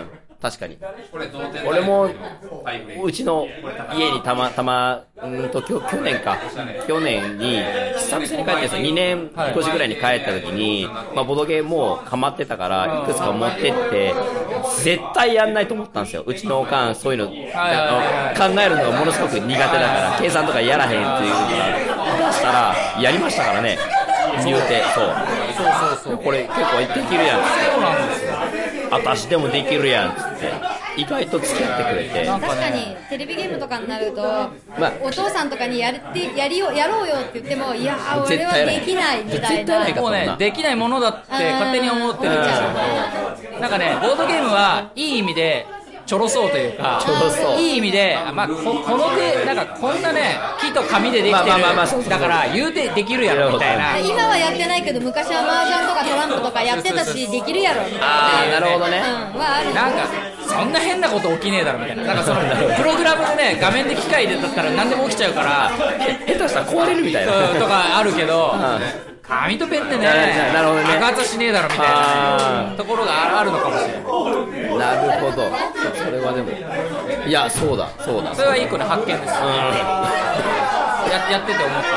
確かに俺もうちの家にたまたまうんと去年か去年に久々に帰ってるんですよ。にねん越しぐらいに帰った時に、まあ、ボードゲームもハマってたからいくつか持ってって絶対やんないと思ったんですよ。うちのおかんそういうの考えるのがものすごく苦手だから計算とかやらへんっていうのが出したらやりましたからね言うてそうそうそうそうこれ結構できるやんそうなんですよ私でもできるやんっつって意外と付き合ってくれて確かにテレビゲームとかになると、まあ、お父さんとかにやってやりよやろうよって言ってもいや俺はできないみたいなもうねできないものだって勝手に思ってるんですよ。なんかねボードゲームはいい意味でちょろそうというかいい意味で、まあ、こ, この手なんかこんなね木と紙でできてるだから言うてできるやろみたいな。 今はやってないけど昔は麻雀とかトランプとかやってたしできるやろみたいな。 ああなるほどね、 うん、はあるなんかそんな変なこと起きねえだろみたいな。なんかそのプログラムでね画面で機械でだったら何でも起きちゃうから下手したら壊れるみたいなとかあるけど、うん紙とペンってね、なるほどね、爆発しねえだろみたいなところがあるのかもしれない。 なるほど、それはでも、いや、そうだ、そうだ。 それは一個の発見です。うん、や, やってて思った。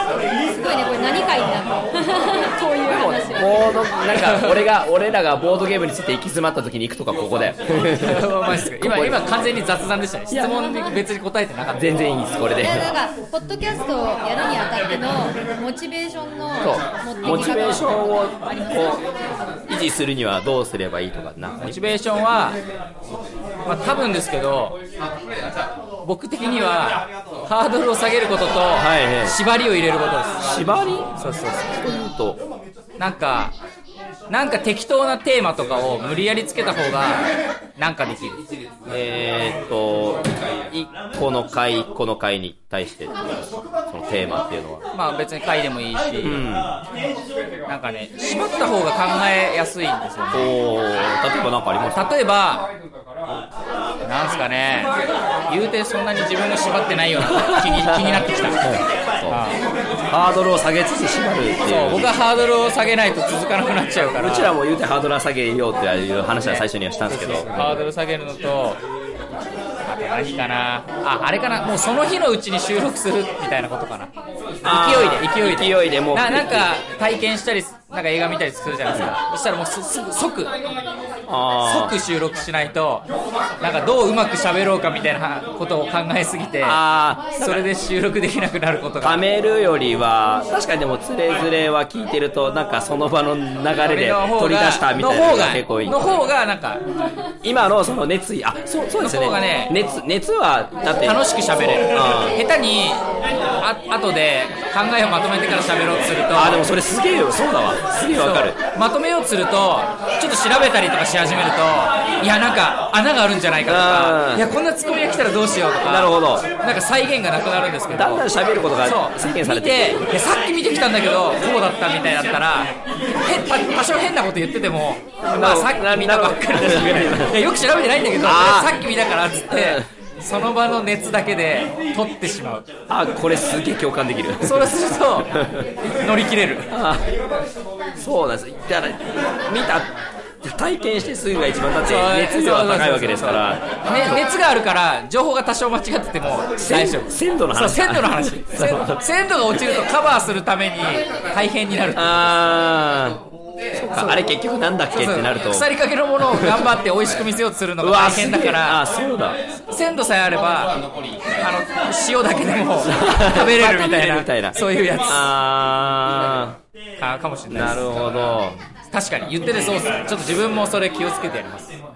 すごいね、これ何回になるのこういう話。 ボード、なんか俺が、俺らがボードゲームについて行き詰まった時に行くとかここだよ。 今、今完全に雑談でしたね。質問に別に答えてなかった。 全然いいです、これで。 なんか、ポッドキャストをやるにあたってのモチベーションのモチベーションをこう維持するにはどうすればいいとかな。 モチベーションは、まあ多分ですけど、僕的にはハードルを下げることと縛りを入れることです。 縛り？ そうそうそう。というと、なんかなんか適当なテーマとかを無理やりつけた方がなんかできる。 えーっといっこの回いっこの回に対してそのテーマっていうのはまあ別に回でもいいし、うん、なんかね縛った方が考えやすいんですよね。お例えば何かありますか？ 例えばなんすかね、言うてそんなに自分が縛ってないような気に、気になってきた。 ハードルを下げつつ縛るっていう。 そう、僕はハードルを下げないと続かなくなっちゃうから。 うちらも言うてハードルは下げようっていう話は最初にはしたんですけど、 ハードル下げるのとあと何かなあ、あれかな、もうその日のうちに収録するみたいなことかな。勢いで勢いで勢いでもうな、なんか体験したりなんか映画見たりするじゃないですか。そしたらもうすぐ即即収録しないとなんかどううまく喋ろうかみたいなことを考えすぎて、あそれで収録できなくなることが。 ためるよりは確かにでもつれづれは聞いてるとなんかその場の流れで取り出したみたいなのが結構いい。 の方がなんか今のその熱意、あそうそうですよね。 ね熱熱はだって楽しく喋れる。下手にあ後で考えをまとめてから喋ろうとすると、 あでもそれすげえよ、そうだわ、すげえわかる。 まとめようとするとちょっと調べたりとかし始めると、いやなんか穴があるんじゃないかとか、いやこんなツッコミが来たらどうしようとか、 なるほど、 なんか再現がなくなるんですけど、 だんだん喋ることが制限されて、 見てさっき見てきたんだけどこうだったみたいだったらへ多少変なこと言ってても、まあさっき見たばっかりだしいやよく調べてないんだけどさっき見たからっつってその場の熱だけで取ってしまう。 あ、これすげえ共感できる。 そうすると乗り切れる。 あそうなんです。だから見た体験してすぐが一番だって熱量が高いわけですから、ね、 熱があるから情報が多少間違ってても大丈夫。 鮮度の話。 鮮度の話。鮮度が落ちるとカバーするために大変になる。 あーそうか、あれ結局なんだっけってなると腐りかけのものを頑張って美味しく見せようとするのが大変だからあそうだ、 鮮度さえあればあの塩だけでも食べれるみたいな、みたいなそういうやつあか, かもしれないです。 なるほど、 確かに言っててそうっすね。ちょっと自分もそれ気をつけてやります。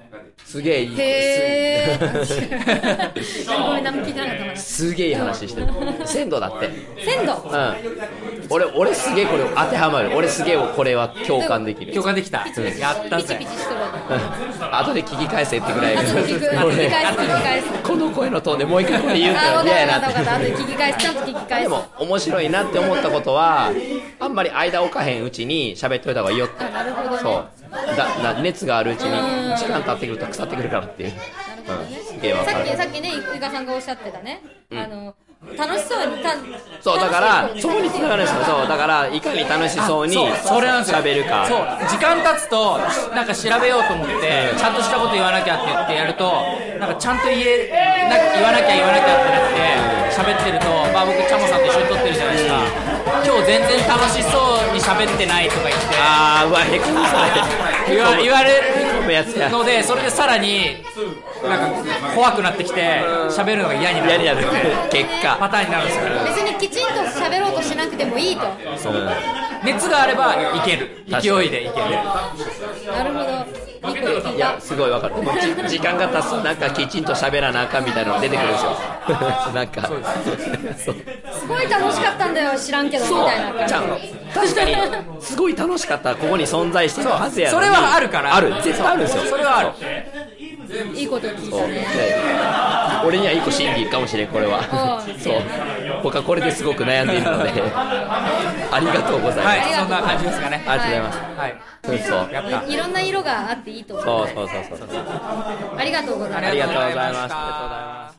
すげえいい。 へー。ごめん、何も聞いてなかったから。 すげえいい話してる。鮮度だって。 鮮度。 うん。俺俺すげえこれ当てはまる。俺すげえこれは共感できる。 共感できた。やったぜ。 ピチピチしとる。 後で聞き返せってぐらい。 聞き返す聞き返す。 この声のトーンでもう一回これ言うの嫌やなって。 後で聞き返すちゃんと聞き返す。 でも面白いなって思ったことはあんまり間置かへんうちに喋っといた方がいいよって。 なるほどね。 そうだだ熱があるうちに時間経ってくると腐ってくるからっていう。 なるほどね。さっきさっきね伊賀さんがおっしゃってたね。あの楽しそうにたそうだからそこに繋がるんですよ。そうだからいかに楽しそうに喋るか。 そう時間経つとなんか調べようと思ってちゃんとしたこと言わなきゃって言ってやるとなんかちゃんと言えなんか言わなきゃ言わなきゃってなって喋ってるとまあ僕チャモさんと一緒に撮ってるじゃないですか。今日全然楽しそうに喋ってないとか言ってああうわへこむ言わ言われるのでそれでさらになんか怖くなってきて喋るのが嫌になる嫌になる結果パターンになるんですよ。 別にきちんと喋ろうとしなくてもいいと。 そう熱があればいける勢いでいける。 なるほど。 いやすごいわかる。でも時間が経つとなんかきちんと喋らなあかんみたいなの出てくるんですよ。なんかそうすごい楽しかったんだよ知らんけどみたいな感じ。 確かにすごい楽しかったここに存在してるはずやのにそれはあるからある絶対あるんですよ。 それはある。 いいこと聞いたね。 俺には一個真理かもしれんこれは。そう僕はこれですごく悩んでいるのでありがとうございます。 はいそんな感じですかね。 ありがとうございます。 はいそうそうやっぱいろんな色があっていいと思う。 そうそうそうそうありがとうございます。 ありがとうございます。ありがとうございます。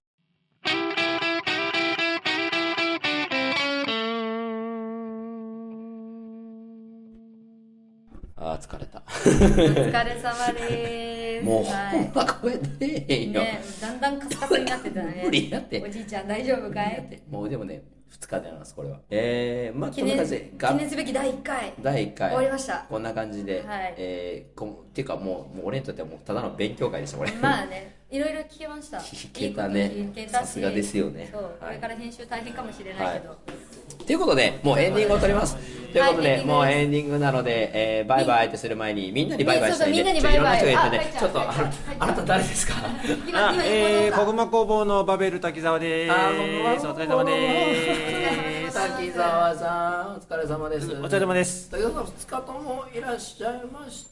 あー疲れた。 お疲れ様です。 もうほんま声出えへんよ。 ね、だんだんカスカスになってたね。 無理やって。 おじいちゃん大丈夫かい？ もうでもねふつかでやりますこれは。えー、まあ記念記念すべきだいいっかい。 だいいっかい終わりました。 こんな感じで、 はい、 えー、こっていうかもうもう俺にとってはもうただの勉強会でしたこれ。 まあね、いろいろ聞けました。 聞けたね。さすがですよね。 そう、これから編集大変かもしれないけど。 ということでもうエンディングを撮ります。ということで、はい、もうエンディングなので、えー、バイバイってする前にみんなにバイバイしたいんで、 みんなにバイバイ。 ちょいろんな人がいてね、ちょっとああなた誰ですか？ あ、えー、小熊工房のバベル滝沢です。お疲れ様です。 滝沢さん、お疲れ様です。 お疲れ様です。 滝沢さん、ふつかともいらっしゃいました。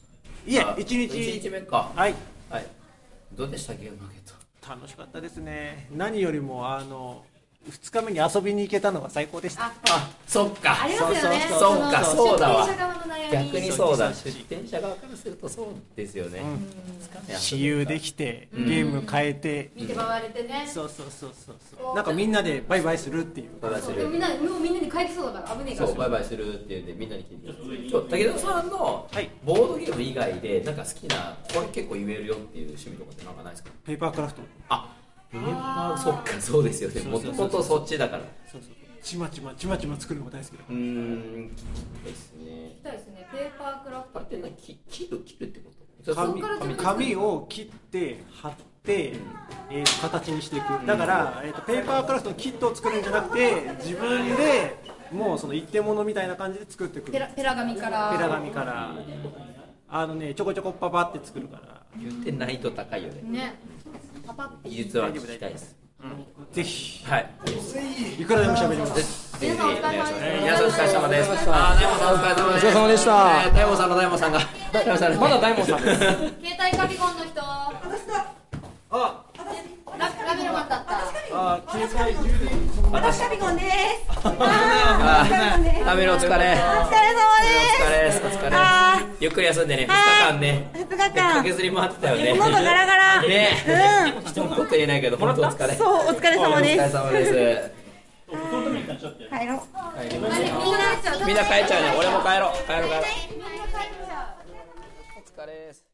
いえ、いちにち。 いちにちめか。 はい。 はい。どうでしたゲームマーケット？ 楽しかったですね。何よりもあのふつかめに遊びに行けたのが最高でした。 あ、そっか。 ありますよね。 そっか、そうだわ。 出店者側の悩み。 逆にそうだ。出店者側からするとそうですよね。 私有できてゲーム変えて見て回れてね。 そうそうそうそう。なんかみんなでバイバイするっていう。 バイバイする。 みんなもうみんなに帰りそうだから危ねえから。 そうバイバイするっていうんでみんなに聞いてる。ちょ武田さんのボードゲーム以外でなんか好きなこれ結構言えるよっていう趣味とかってなんかないですか？ ペーパークラフト。 あ。ペーパーそっかそうですよね。もともとそっちだから。 そうそう。ちまちまちまちま作るのが大好きだ。 うーん。聞きたいですね。 聞きたいですね。ペーパークラフトってな切る切るってこと？ 紙紙を切って貼って、えー、形にしていく。だから、えーと、ペーパークラフトのキットを作るんじゃなくて自分でもうその一点物みたいな感じで作っていく。 ペラペラ紙から。 ペラ紙から。あのねちょこちょこパパって作るから。 言って難易度高いよね。 ね。パパって技術は聞きたいです。 うん、ぜひ。 はい。 いくらでも喋ります。 皆さんお疲れ様です。 皆さんお疲れ様です。あ、大門さんお疲れ様です。 お疲れ様でした。 大門さんの大門さんが。大門さんまだ大門さんです。 携帯カビゴンの人。 あ。 ラベルまたった。 あ、携帯充電。 私カビゴンです。 あ、食べるお疲れ。お疲れ様です。 お疲れです。お疲れ。ゆっくり休んでね。二日間ね。 二日間。 駆けずり回ってたよね。 喉ガラガラ。 ね。 うん。 一言言えないけど本当お疲れ。 そうお疲れ様です。 お疲れ様です。 帰ろう。 みんな帰っちゃうね。俺も帰ろう。帰ろう帰ろう。お疲れです。